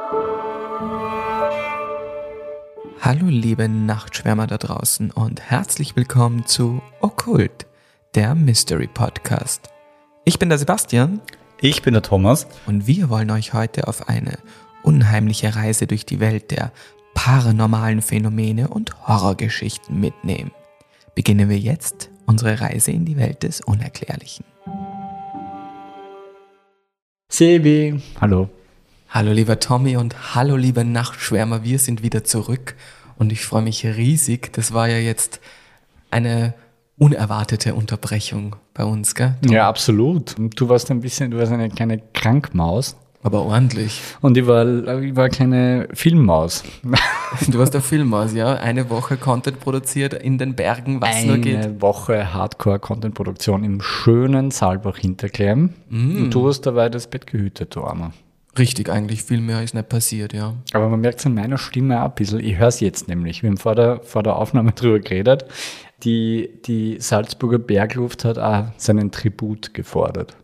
Hallo liebe Nachtschwärmer da draußen und herzlich willkommen zu Okkult, der Mystery Podcast. Ich bin der Sebastian. Ich bin der Thomas. Und wir wollen euch heute auf eine unheimliche Reise durch die Welt der paranormalen Phänomene und Horrorgeschichten mitnehmen. Beginnen wir jetzt unsere Reise in die Welt des Unerklärlichen. Sebi, hallo. Hallo lieber Tommy und hallo liebe Nachtschwärmer, wir sind wieder zurück und ich freue mich riesig. Das war ja jetzt eine unerwartete Unterbrechung bei uns, gell? Tom? Ja, absolut. Du warst eine kleine Krankmaus. Aber ordentlich. Und ich war eine kleine Filmmaus. Du warst der Filmmaus, ja? Eine Woche Content produziert in den Bergen, was nur geht. Eine Woche Hardcore-Content-Produktion im schönen Saalbach Hinterklemm. Und du hast dabei das Bett gehütet, du Armer. Richtig, eigentlich viel mehr ist nicht passiert, ja. Aber man merkt es an meiner Stimme auch ein bisschen. Ich höre es jetzt nämlich. Wir haben vor der Aufnahme drüber geredet. Die Salzburger Bergluft hat auch seinen Tribut gefordert.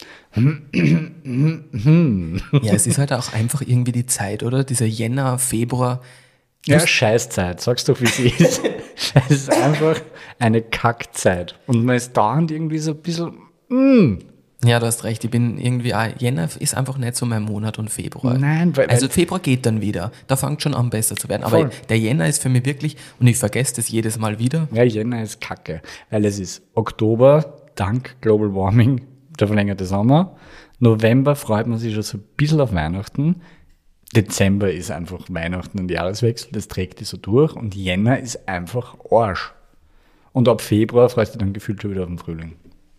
Ja, es ist halt auch einfach irgendwie die Zeit, oder? Dieser Jänner, Februar. Ja, Scheißzeit, sag's doch, wie sie ist. Es ist einfach eine Kackzeit. Und man ist dauernd irgendwie so ein bisschen. Ja, du hast recht, ich bin irgendwie, Jänner ist einfach nicht so mein Monat und Februar. Nein, also Februar geht dann wieder, da fängt schon an besser zu werden. Aber Voll. der Jänner ist für mich wirklich, und ich vergesse das jedes Mal wieder. Ja, Jänner ist Kacke, weil es ist Oktober, dank Global Warming, der verlängerte Sommer. November freut man sich schon so ein bisschen auf Weihnachten. Dezember ist einfach Weihnachten und Jahreswechsel, das trägt die so durch. Und Jänner ist einfach Arsch. Und ab Februar freust du dann gefühlt schon wieder auf den Frühling.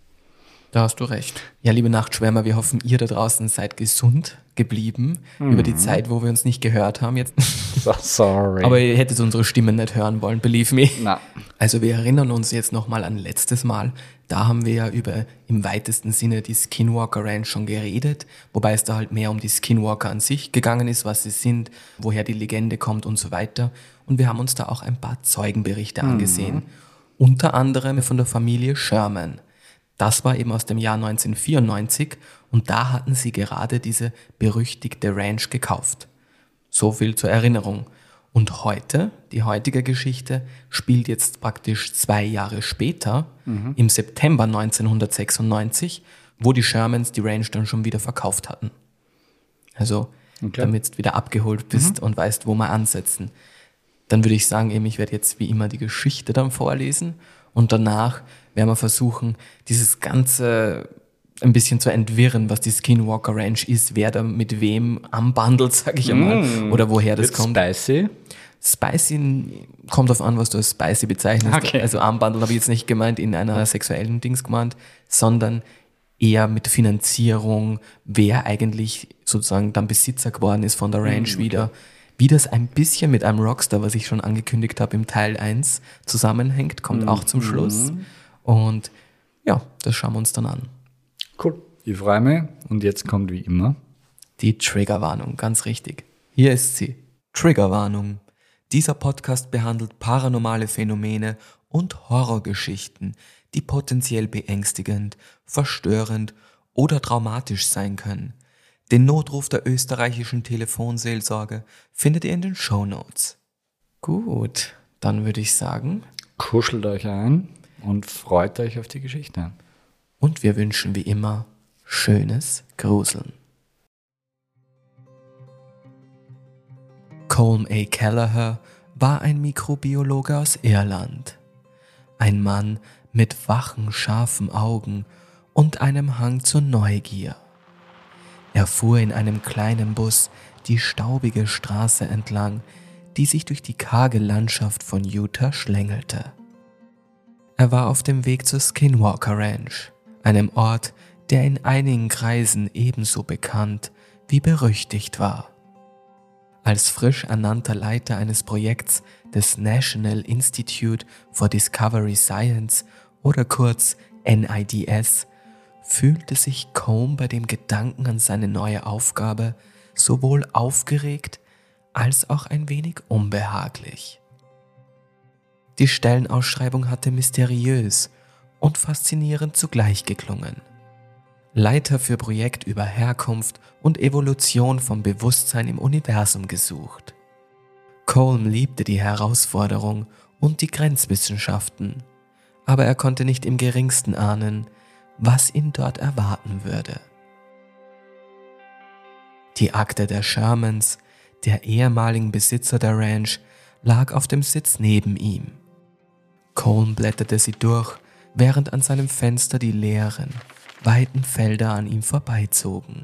Da hast du recht. Ja, liebe Nachtschwärmer, wir hoffen, ihr da draußen seid gesund geblieben über die Zeit, wo wir uns nicht gehört haben jetzt. So sorry. Aber ihr hättet unsere Stimmen nicht hören wollen, believe me. Na. Also wir erinnern uns jetzt nochmal an letztes Mal. Da haben wir ja über im weitesten Sinne die Skinwalker Ranch schon geredet, wobei es da halt mehr um die Skinwalker an sich gegangen ist, was sie sind, woher die Legende kommt und so weiter. Und wir haben uns da auch ein paar Zeugenberichte angesehen. Unter anderem von der Familie Sherman. Das war eben aus dem Jahr 1994 und da hatten sie gerade diese berüchtigte Ranch gekauft. So viel zur Erinnerung. Und heute, die heutige Geschichte, spielt jetzt praktisch 2 Jahre später, im September 1996, wo die Shermans die Ranch dann schon wieder verkauft hatten. Also, damit du wieder abgeholt bist und weißt, wo wir ansetzen. Dann würde ich sagen, eben, ich werde jetzt wie immer die Geschichte dann vorlesen und danach werden wir versuchen, dieses Ganze ein bisschen zu entwirren, was die Skinwalker Ranch ist, wer da mit wem anbandelt, sag ich einmal, oder woher das kommt. Spicy? Spicy kommt auf an, was du als Spicy bezeichnest. Okay. Also anbandeln habe ich jetzt nicht gemeint in einer sexuellen Dings gemeint, sondern eher mit Finanzierung, wer eigentlich sozusagen dann Besitzer geworden ist von der Ranch wieder. Wie das ein bisschen mit einem Rockstar, was ich schon angekündigt habe im Teil 1, zusammenhängt, kommt auch zum Schluss. Und ja, das schauen wir uns dann an. Cool. Ich freue mich. Und jetzt kommt wie immer die Triggerwarnung, ganz richtig. Hier ist sie. Triggerwarnung. Dieser Podcast behandelt paranormale Phänomene und Horrorgeschichten, die potenziell beängstigend, verstörend oder traumatisch sein können. Den Notruf der österreichischen Telefonseelsorge findet ihr in den Shownotes. Gut, dann würde ich sagen, kuschelt euch ein und freut euch auf die Geschichte. Und wir wünschen wie immer schönes Gruseln. Colm A. Kelleher war ein Mikrobiologe aus Irland. Ein Mann mit wachen, scharfen Augen und einem Hang zur Neugier. Er fuhr in einem kleinen Bus die staubige Straße entlang, die sich durch die karge Landschaft von Utah schlängelte. Er war auf dem Weg zur Skinwalker Ranch, einem Ort, der in einigen Kreisen ebenso bekannt wie berüchtigt war. Als frisch ernannter Leiter eines Projekts des National Institute for Discovery Science oder kurz NIDS fühlte sich Colm bei dem Gedanken an seine neue Aufgabe sowohl aufgeregt als auch ein wenig unbehaglich. Die Stellenausschreibung hatte mysteriös und faszinierend zugleich geklungen. Leiter für Projekt über Herkunft und Evolution vom Bewusstsein im Universum gesucht. Colm liebte die Herausforderung und die Grenzwissenschaften, aber er konnte nicht im geringsten ahnen, was ihn dort erwarten würde. Die Akte der Shermans, der ehemaligen Besitzer der Ranch, lag auf dem Sitz neben ihm. Colm blätterte sie durch, während an seinem Fenster die leeren, weiten Felder an ihm vorbeizogen.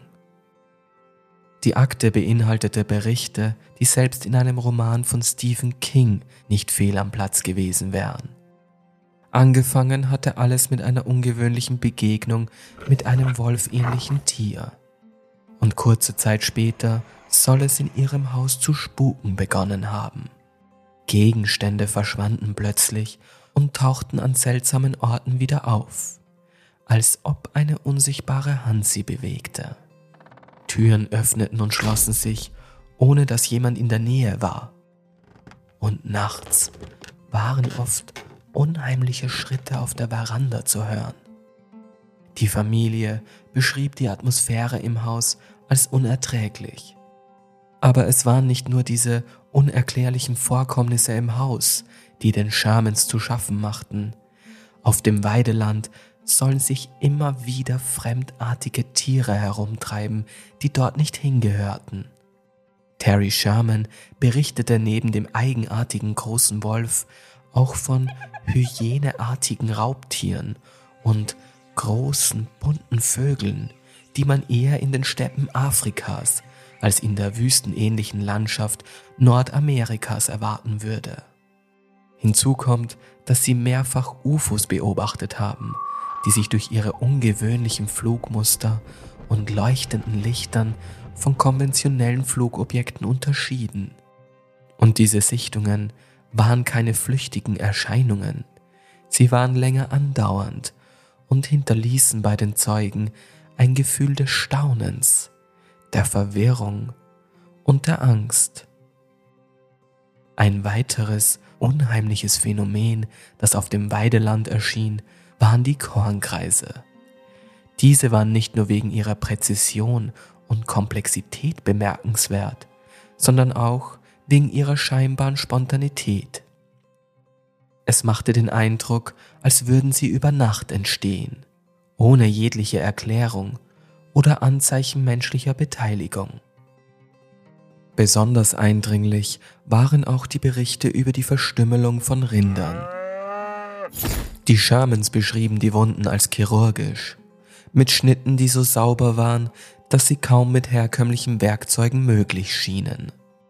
Die Akte beinhaltete Berichte, die selbst in einem Roman von Stephen King nicht fehl am Platz gewesen wären. Angefangen hatte alles mit einer ungewöhnlichen Begegnung mit einem wolfähnlichen Tier. Und kurze Zeit später soll es in ihrem Haus zu spuken begonnen haben. Gegenstände verschwanden plötzlich und tauchten an seltsamen Orten wieder auf, als ob eine unsichtbare Hand sie bewegte. Türen öffneten und schlossen sich, ohne dass jemand in der Nähe war. Und nachts waren oft unheimliche Schritte auf der Veranda zu hören. Die Familie beschrieb die Atmosphäre im Haus als unerträglich. Aber es waren nicht nur diese unerklärlichen Vorkommnisse im Haus, die den Shermans zu schaffen machten. Auf dem Weideland sollen sich immer wieder fremdartige Tiere herumtreiben, die dort nicht hingehörten. Terry Sherman berichtete neben dem eigenartigen großen Wolf auch von hyeneartigen Raubtieren und großen, bunten Vögeln, die man eher in den Steppen Afrikas als in der wüstenähnlichen Landschaft Nordamerikas erwarten würde. Hinzu kommt, dass sie mehrfach UFOs beobachtet haben, die sich durch ihre ungewöhnlichen Flugmuster und leuchtenden Lichtern von konventionellen Flugobjekten unterschieden. Und diese Sichtungen waren keine flüchtigen Erscheinungen, sie waren länger andauernd und hinterließen bei den Zeugen ein Gefühl des Staunens, der Verwirrung und der Angst. Ein weiteres unheimliches Phänomen, das auf dem Weideland erschien, waren die Kornkreise. Diese waren nicht nur wegen ihrer Präzision und Komplexität bemerkenswert, sondern auch wegen ihrer scheinbaren Spontanität. Es machte den Eindruck, als würden sie über Nacht entstehen, ohne jegliche Erklärung oder Anzeichen menschlicher Beteiligung. Besonders eindringlich waren auch die Berichte über die Verstümmelung von Rindern. Die Shermans beschrieben die Wunden als chirurgisch, mit Schnitten, die so sauber waren, dass sie kaum mit herkömmlichen Werkzeugen möglich schienen.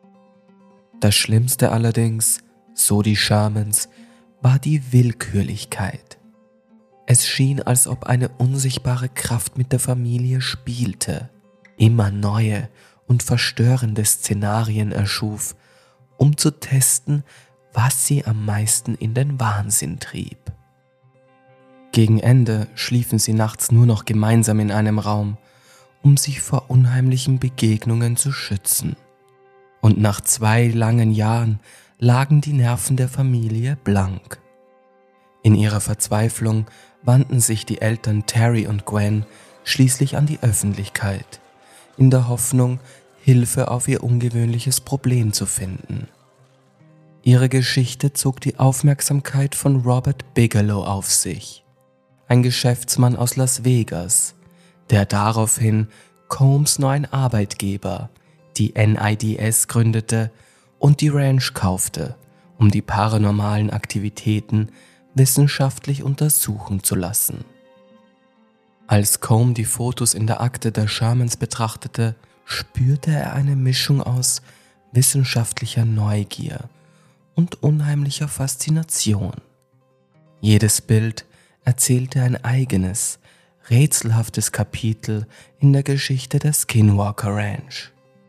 Das Schlimmste allerdings, so die Shermans, war die Willkürlichkeit. Es schien, als ob eine unsichtbare Kraft mit der Familie spielte, immer neue und verstörende Szenarien erschuf, um zu testen, was sie am meisten in den Wahnsinn trieb. Gegen Ende schliefen sie nachts nur noch gemeinsam in einem Raum, um sich vor unheimlichen Begegnungen zu schützen. Und nach 2 langen Jahren lagen die Nerven der Familie blank. In ihrer Verzweiflung wandten sich die Eltern Terry und Gwen schließlich an die Öffentlichkeit, in der Hoffnung, Hilfe auf ihr ungewöhnliches Problem zu finden. Ihre Geschichte zog die Aufmerksamkeit von Robert Bigelow auf sich, ein Geschäftsmann aus Las Vegas, der daraufhin Colms neuen Arbeitgeber, die NIDS, gründete und die Ranch kaufte, um die paranormalen Aktivitäten wissenschaftlich untersuchen zu lassen. Als Colm die Fotos in der Akte der Shermans betrachtete, spürte er eine Mischung aus wissenschaftlicher Neugier und unheimlicher Faszination. Jedes Bild erzählte ein eigenes, rätselhaftes Kapitel in der Geschichte der Skinwalker Ranch.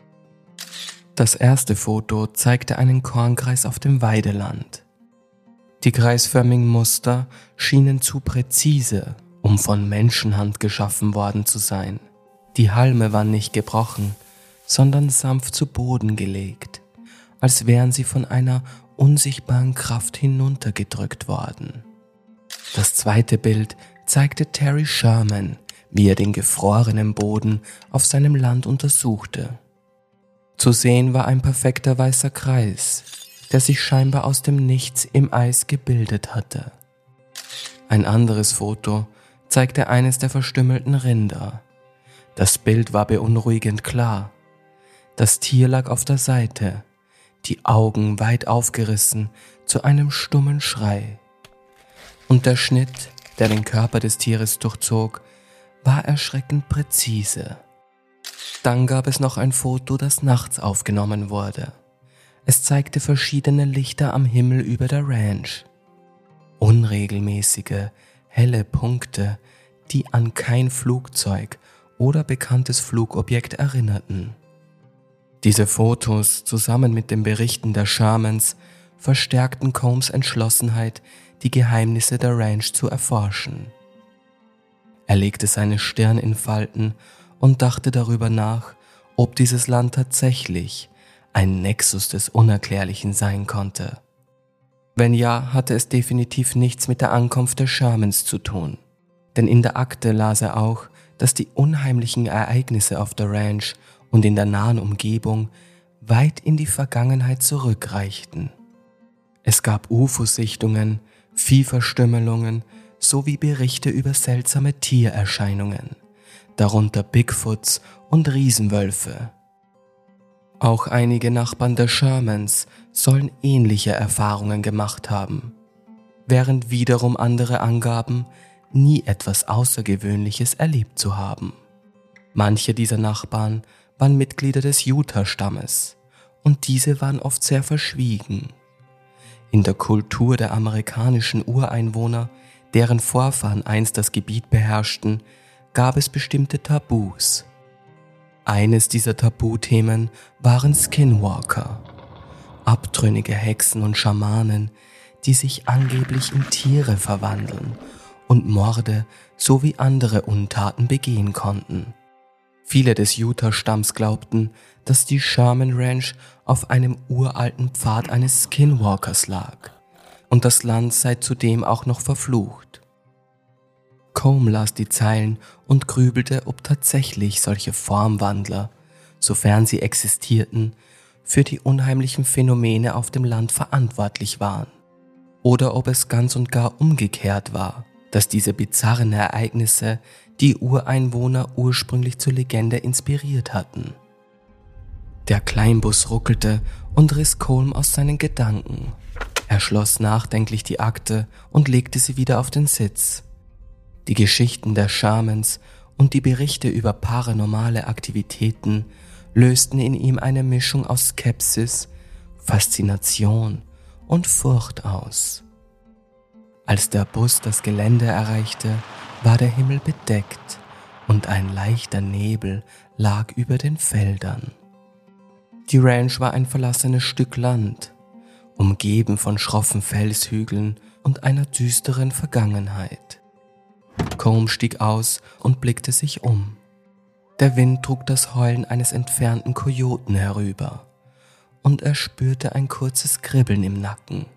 Das erste Foto zeigte einen Kornkreis auf dem Weideland. Die kreisförmigen Muster schienen zu präzise, um von Menschenhand geschaffen worden zu sein. Die Halme waren nicht gebrochen, sondern sanft zu Boden gelegt, als wären sie von einer unsichtbaren Kraft hinuntergedrückt worden. Das zweite Bild zeigte Terry Sherman wie er den gefrorenen Boden auf seinem Land untersuchte. Zu sehen war ein perfekter weißer Kreis, der sich scheinbar aus dem Nichts im Eis gebildet hatte. Ein anderes Foto zeigte eines der verstümmelten Rinder. Das Bild war beunruhigend klar. Das Tier lag auf der Seite, die Augen weit aufgerissen zu einem stummen Schrei. Und der Schnitt, der den Körper des Tieres durchzog, war erschreckend präzise. Dann gab es noch ein Foto, das nachts aufgenommen wurde. Es zeigte verschiedene Lichter am Himmel über der Ranch. Unregelmäßige, helle Punkte, die an kein Flugzeug oder bekanntes Flugobjekt erinnerten. Diese Fotos zusammen mit den Berichten der Shamans verstärkten Combs Entschlossenheit, die Geheimnisse der Ranch zu erforschen. Er legte seine Stirn in Falten und dachte darüber nach, ob dieses Land tatsächlich ein Nexus des Unerklärlichen sein konnte. Wenn ja, hatte es definitiv nichts mit der Ankunft der Shamans zu tun. Denn in der Akte las er auch, dass die unheimlichen Ereignisse auf der Ranch und in der nahen Umgebung weit in die Vergangenheit zurückreichten. Es gab UFO-Sichtungen, Viehverstümmelungen sowie Berichte über seltsame Tiererscheinungen, darunter Bigfoots und Riesenwölfe. Auch einige Nachbarn der Shamans sollen ähnliche Erfahrungen gemacht haben, während wiederum andere angaben, nie etwas Außergewöhnliches erlebt zu haben. Manche dieser Nachbarn waren Mitglieder des Utah-Stammes und diese waren oft sehr verschwiegen. In der Kultur der amerikanischen Ureinwohner, deren Vorfahren einst das Gebiet beherrschten, gab es bestimmte Tabus. Eines dieser Tabuthemen waren Skinwalker, abtrünnige Hexen und Schamanen, die sich angeblich in Tiere verwandeln und Morde sowie andere Untaten begehen konnten. Viele des Utah-Stamms glaubten, dass die Shaman Ranch auf einem uralten Pfad eines Skinwalkers lag und das Land sei zudem auch noch verflucht. Combe las die Zeilen und grübelte, ob tatsächlich solche Formwandler, sofern sie existierten, für die unheimlichen Phänomene auf dem Land verantwortlich waren. Oder ob es ganz und gar umgekehrt war, dass diese bizarren Ereignisse die Ureinwohner ursprünglich zur Legende inspiriert hatten. Der Kleinbus ruckelte und riss Combe aus seinen Gedanken. Er schloss nachdenklich die Akte und legte sie wieder auf den Sitz. Die Geschichten der Shamans und die Berichte über paranormale Aktivitäten lösten in ihm eine Mischung aus Skepsis, Faszination und Furcht aus. Als der Bus das Gelände erreichte, war der Himmel bedeckt und ein leichter Nebel lag über den Feldern. Die Ranch war ein verlassenes Stück Land, umgeben von schroffen Felshügeln und einer düsteren Vergangenheit. Combe stieg aus und blickte sich um. Der Wind trug das Heulen eines entfernten Kojoten herüber und er spürte ein kurzes Kribbeln im Nacken.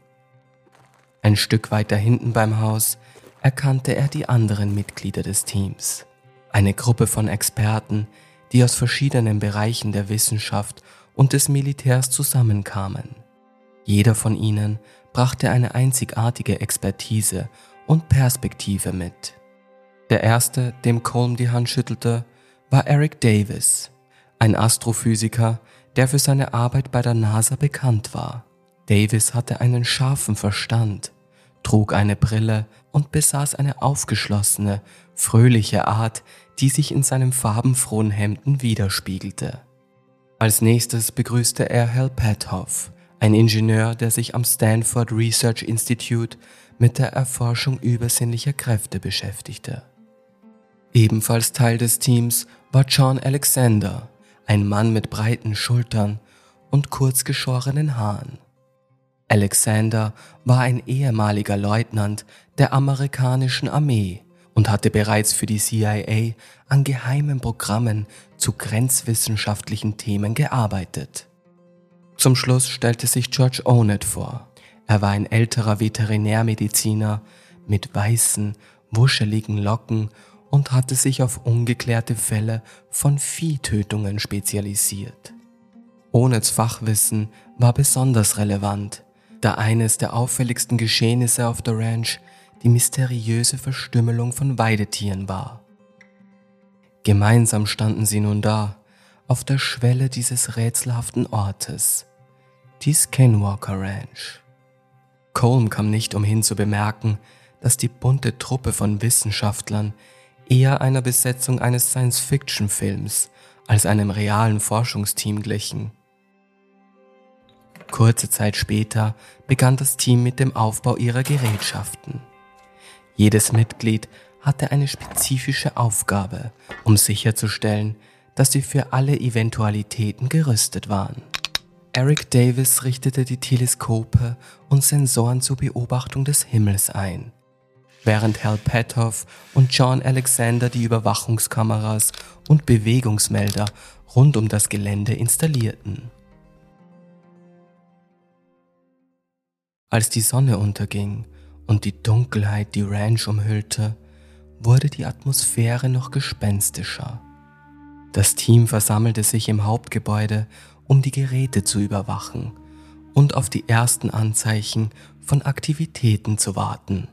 Ein Stück weiter hinten beim Haus erkannte er die anderen Mitglieder des Teams. Eine Gruppe von Experten, die aus verschiedenen Bereichen der Wissenschaft und des Militärs zusammenkamen. Jeder von ihnen brachte eine einzigartige Expertise und Perspektive mit. Der erste, dem Combe die Hand schüttelte, war Eric Davis, ein Astrophysiker, der für seine Arbeit bei der NASA bekannt war. Davis hatte einen scharfen Verstand, trug eine Brille und besaß eine aufgeschlossene, fröhliche Art, die sich in seinem farbenfrohen Hemden widerspiegelte. Als nächstes begrüßte er Hal Petoff, ein Ingenieur, der sich am Stanford Research Institute mit der Erforschung übersinnlicher Kräfte beschäftigte. Ebenfalls Teil des Teams war John Alexander, ein Mann mit breiten Schultern und kurzgeschorenen Haaren. Alexander war ein ehemaliger Leutnant der amerikanischen Armee und hatte bereits für die CIA an geheimen Programmen zu grenzwissenschaftlichen Themen gearbeitet. Zum Schluss stellte sich George Onet vor. Er war ein älterer Veterinärmediziner mit weißen, wuscheligen Locken und hatte sich auf ungeklärte Fälle von Viehtötungen spezialisiert. Onets Fachwissen war besonders relevant, da eines der auffälligsten Geschehnisse auf der Ranch die mysteriöse Verstümmelung von Weidetieren war. Gemeinsam standen sie nun da, auf der Schwelle dieses rätselhaften Ortes, die Skinwalker Ranch. Colm kam nicht umhin zu bemerken, dass die bunte Truppe von Wissenschaftlern eher einer Besetzung eines Science-Fiction-Films als einem realen Forschungsteam glichen. Kurze Zeit später begann das Team mit dem Aufbau ihrer Gerätschaften. Jedes Mitglied hatte eine spezifische Aufgabe, um sicherzustellen, dass sie für alle Eventualitäten gerüstet waren. Eric Davis richtete die Teleskope und Sensoren zur Beobachtung des Himmels ein, während Hal Petoff und John Alexander die Überwachungskameras und Bewegungsmelder rund um das Gelände installierten. Als die Sonne unterging und die Dunkelheit die Ranch umhüllte, wurde die Atmosphäre noch gespenstischer. Das Team versammelte sich im Hauptgebäude, um die Geräte zu überwachen und auf die ersten Anzeichen von Aktivitäten zu warten.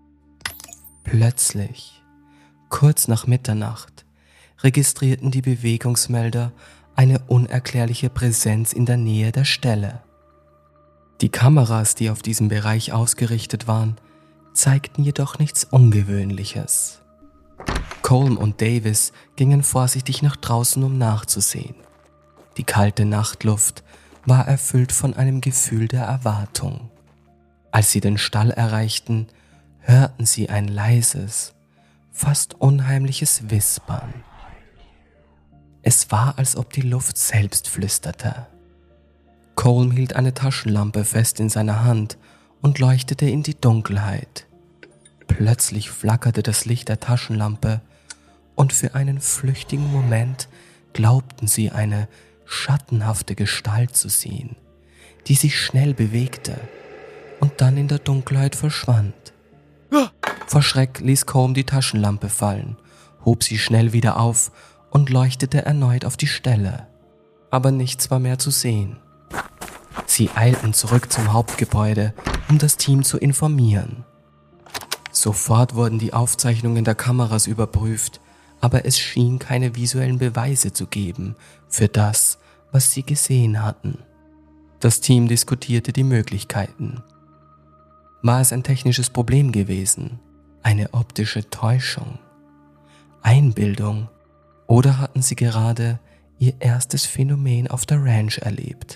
Plötzlich, kurz nach Mitternacht, registrierten die Bewegungsmelder eine unerklärliche Präsenz in der Nähe der Stelle. Die Kameras, die auf diesem Bereich ausgerichtet waren, zeigten jedoch nichts Ungewöhnliches. Colm und Davis gingen vorsichtig nach draußen, um nachzusehen. Die kalte Nachtluft war erfüllt von einem Gefühl der Erwartung. Als sie den Stall erreichten, hörten sie ein leises, fast unheimliches Wispern. Es war, als ob die Luft selbst flüsterte. Colm hielt eine Taschenlampe fest in seiner Hand und leuchtete in die Dunkelheit. Plötzlich flackerte das Licht der Taschenlampe und für einen flüchtigen Moment glaubten sie, eine schattenhafte Gestalt zu sehen, die sich schnell bewegte und dann in der Dunkelheit verschwand. Vor Schreck ließ Colm die Taschenlampe fallen, hob sie schnell wieder auf und leuchtete erneut auf die Stelle. Aber nichts war mehr zu sehen. Sie eilten zurück zum Hauptgebäude, um das Team zu informieren. Sofort wurden die Aufzeichnungen der Kameras überprüft, aber es schien keine visuellen Beweise zu geben für das, was sie gesehen hatten. Das Team diskutierte die Möglichkeiten. War es ein technisches Problem gewesen? Eine optische Täuschung? Einbildung? Oder hatten sie gerade ihr erstes Phänomen auf der Ranch erlebt?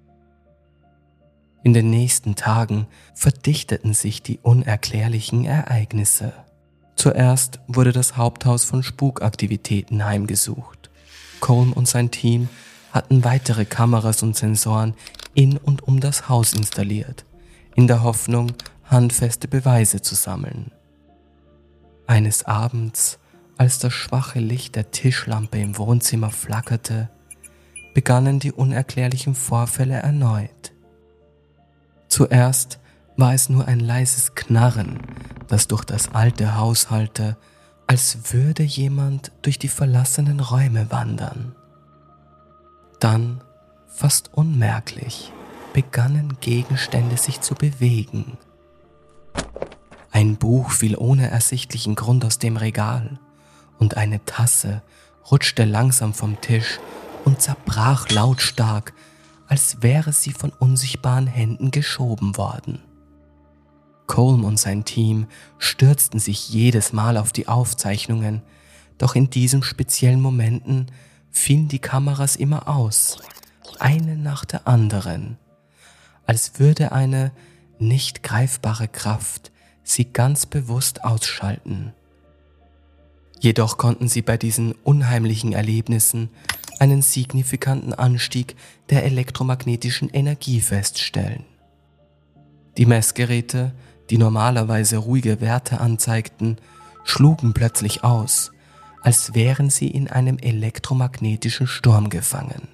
In den nächsten Tagen verdichteten sich die unerklärlichen Ereignisse. Zuerst wurde das Haupthaus von Spukaktivitäten heimgesucht. Colm und sein Team hatten weitere Kameras und Sensoren in und um das Haus installiert, in der Hoffnung, handfeste Beweise zu sammeln. Eines Abends, als das schwache Licht der Tischlampe im Wohnzimmer flackerte, begannen die unerklärlichen Vorfälle erneut. Zuerst war es nur ein leises Knarren, das durch das alte Haus hallte, als würde jemand durch die verlassenen Räume wandern. Dann, fast unmerklich, begannen Gegenstände sich zu bewegen. Ein Buch fiel ohne ersichtlichen Grund aus dem Regal und eine Tasse rutschte langsam vom Tisch und zerbrach lautstark, als wäre sie von unsichtbaren Händen geschoben worden. Colm und sein Team stürzten sich jedes Mal auf die Aufzeichnungen, doch in diesen speziellen Momenten fielen die Kameras immer aus, eine nach der anderen, als würde eine nicht greifbare Kraft sie ganz bewusst ausschalten. Jedoch konnten sie bei diesen unheimlichen Erlebnissen einen signifikanten Anstieg der elektromagnetischen Energie feststellen. Die Messgeräte, die normalerweise ruhige Werte anzeigten, schlugen plötzlich aus, als wären sie in einem elektromagnetischen Sturm gefangen.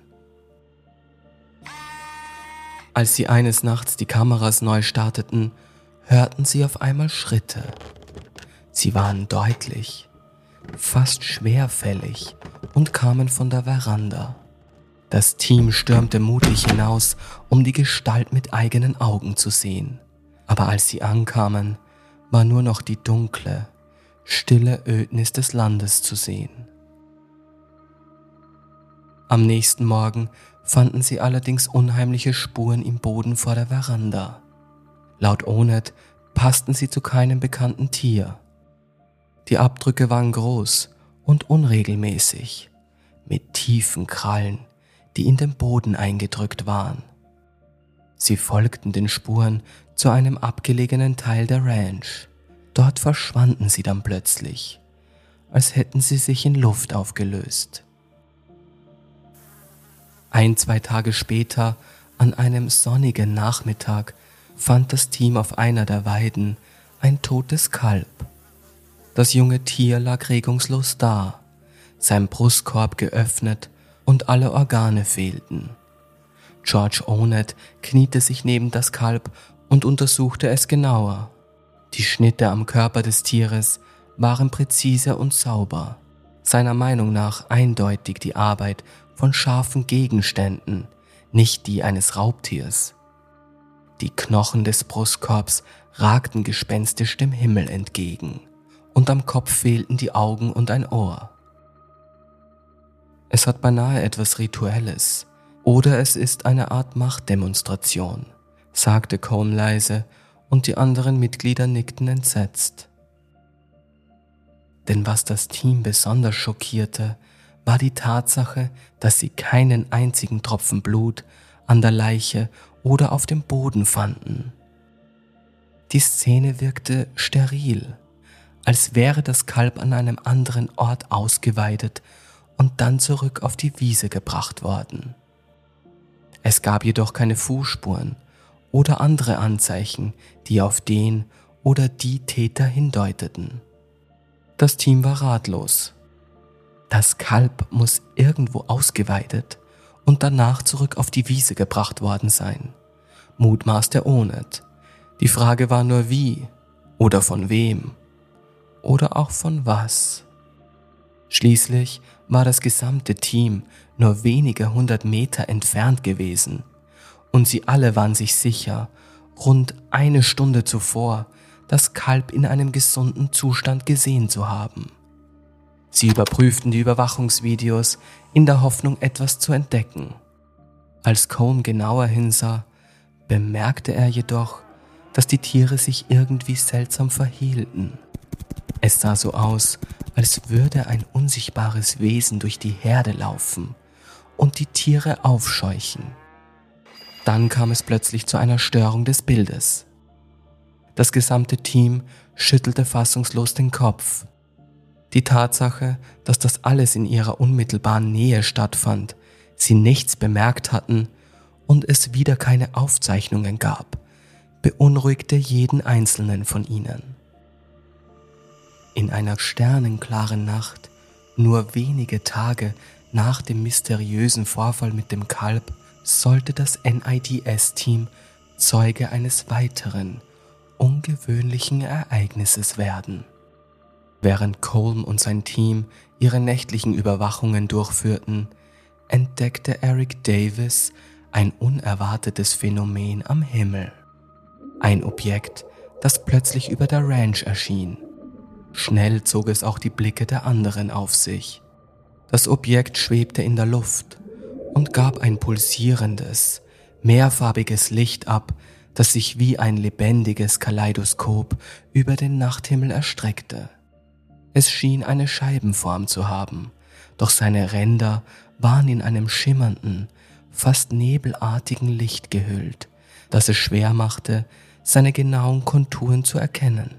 Als sie eines Nachts die Kameras neu starteten, hörten sie auf einmal Schritte. Sie waren deutlich. fast schwerfällig, und kamen von der Veranda. Das Team stürmte mutig hinaus, um die Gestalt mit eigenen Augen zu sehen. Aber als sie ankamen, war nur noch die dunkle, stille Ödnis des Landes zu sehen. Am nächsten Morgen fanden sie allerdings unheimliche Spuren im Boden vor der Veranda. Laut Onet passten sie zu keinem bekannten Tier. Die Abdrücke waren groß und unregelmäßig, mit tiefen Krallen, die in den Boden eingedrückt waren. Sie folgten den Spuren zu einem abgelegenen Teil der Ranch. Dort verschwanden sie dann plötzlich, als hätten sie sich in Luft aufgelöst. 1-2 Tage später, an einem sonnigen Nachmittag, fand das Team auf einer der Weiden ein totes Kalb. Das junge Tier lag regungslos da, sein Brustkorb geöffnet und alle Organe fehlten. George Onet kniete sich neben das Kalb und untersuchte es genauer. Die Schnitte am Körper des Tieres waren präzise und sauber, seiner Meinung nach eindeutig die Arbeit von scharfen Gegenständen, nicht die eines Raubtiers. Die Knochen des Brustkorbs ragten gespenstisch dem Himmel entgegen, und am Kopf fehlten die Augen und ein Ohr. Es hat beinahe etwas Rituelles, oder es ist eine Art Machtdemonstration, sagte Colm leise, und die anderen Mitglieder nickten entsetzt. Denn was das Team besonders schockierte, war die Tatsache, dass sie keinen einzigen Tropfen Blut an der Leiche oder auf dem Boden fanden. Die Szene wirkte steril, als wäre das Kalb an einem anderen Ort ausgeweidet und dann zurück auf die Wiese gebracht worden. Es gab jedoch keine Fußspuren oder andere Anzeichen, die auf den oder die Täter hindeuteten. Das Team war ratlos. Das Kalb muss irgendwo ausgeweidet und danach zurück auf die Wiese gebracht worden sein, mutmaßte Onet. Die Frage war nur wie oder von wem oder auch von was. Schließlich war das gesamte Team nur wenige 100 Meter entfernt gewesen und sie alle waren sich sicher, rund eine Stunde zuvor das Kalb in einem gesunden Zustand gesehen zu haben. Sie überprüften die Überwachungsvideos in der Hoffnung, etwas zu entdecken. Als Colm genauer hinsah, bemerkte er jedoch, dass die Tiere sich irgendwie seltsam verhielten. Es sah so aus, als würde ein unsichtbares Wesen durch die Herde laufen und die Tiere aufscheuchen. Dann kam es plötzlich zu einer Störung des Bildes. Das gesamte Team schüttelte fassungslos den Kopf. Die Tatsache, dass das alles in ihrer unmittelbaren Nähe stattfand, sie nichts bemerkt hatten und es wieder keine Aufzeichnungen gab, beunruhigte jeden einzelnen von ihnen. In einer sternenklaren Nacht, nur wenige Tage nach dem mysteriösen Vorfall mit dem Kalb, sollte das NIDS-Team Zeuge eines weiteren, ungewöhnlichen Ereignisses werden. Während Colm und sein Team ihre nächtlichen Überwachungen durchführten, entdeckte Eric Davis ein unerwartetes Phänomen am Himmel. Ein Objekt, das plötzlich über der Ranch erschien. Schnell zog es auch die Blicke der anderen auf sich. Das Objekt schwebte in der Luft und gab ein pulsierendes, mehrfarbiges Licht ab, das sich wie ein lebendiges Kaleidoskop über den Nachthimmel erstreckte. Es schien eine Scheibenform zu haben, doch seine Ränder waren in einem schimmernden, fast nebelartigen Licht gehüllt, das es schwer machte, seine genauen Konturen zu erkennen.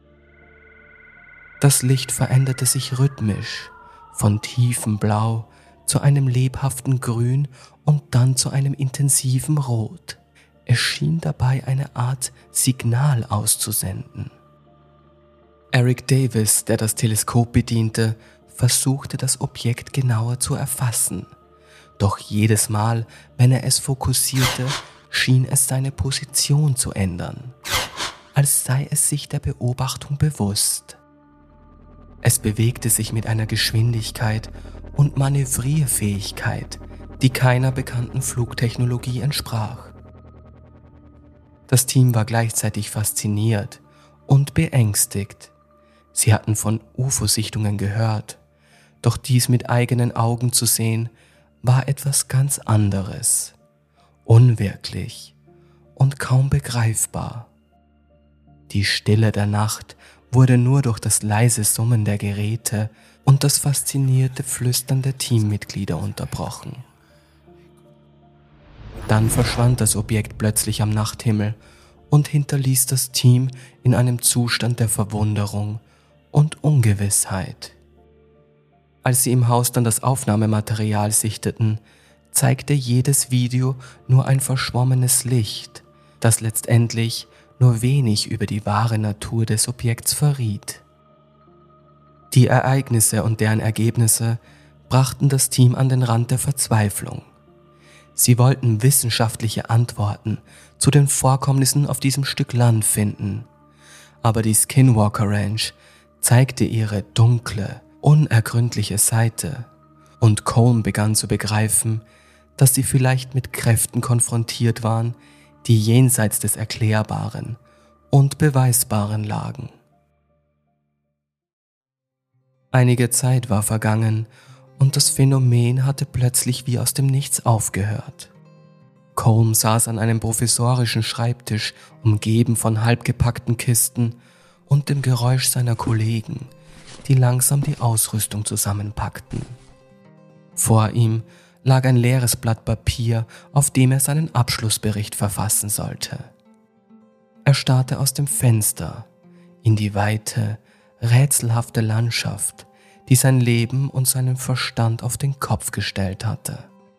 Das Licht veränderte sich rhythmisch, von tiefem Blau zu einem lebhaften Grün und dann zu einem intensiven Rot. Es schien dabei eine Art Signal auszusenden. Eric Davis, der das Teleskop bediente, versuchte das Objekt genauer zu erfassen. Doch jedes Mal, wenn er es fokussierte, schien es seine Position zu ändern, als sei es sich der Beobachtung bewusst. Es bewegte sich mit einer Geschwindigkeit und Manövrierfähigkeit, die keiner bekannten Flugtechnologie entsprach. Das Team war gleichzeitig fasziniert und beängstigt. Sie hatten von UFO-Sichtungen gehört, doch dies mit eigenen Augen zu sehen, war etwas ganz anderes, unwirklich und kaum begreifbar. Die Stille der Nacht wurde nur durch das leise Summen der Geräte und das faszinierte Flüstern der Teammitglieder unterbrochen. Dann verschwand das Objekt plötzlich am Nachthimmel und hinterließ das Team in einem Zustand der Verwunderung und Ungewissheit. Als sie im Haus dann das Aufnahmematerial sichteten, zeigte jedes Video nur ein verschwommenes Licht, das letztendlich nur wenig über die wahre Natur des Objekts verriet. Die Ereignisse und deren Ergebnisse brachten das Team an den Rand der Verzweiflung. Sie wollten wissenschaftliche Antworten zu den Vorkommnissen auf diesem Stück Land finden, aber die Skinwalker Ranch zeigte ihre dunkle, unergründliche Seite und Colm begann zu begreifen, dass sie vielleicht mit Kräften konfrontiert waren, die jenseits des Erklärbaren und Beweisbaren lagen. Einige Zeit war vergangen und das Phänomen hatte plötzlich wie aus dem Nichts aufgehört. Colm saß an einem provisorischen Schreibtisch, umgeben von halbgepackten Kisten und dem Geräusch seiner Kollegen, die langsam die Ausrüstung zusammenpackten. Vor ihm lag ein leeres Blatt Papier, auf dem er seinen Abschlussbericht verfassen sollte. Er starrte aus dem Fenster in die weite, rätselhafte Landschaft, die sein Leben und seinen Verstand auf den Kopf gestellt hatte.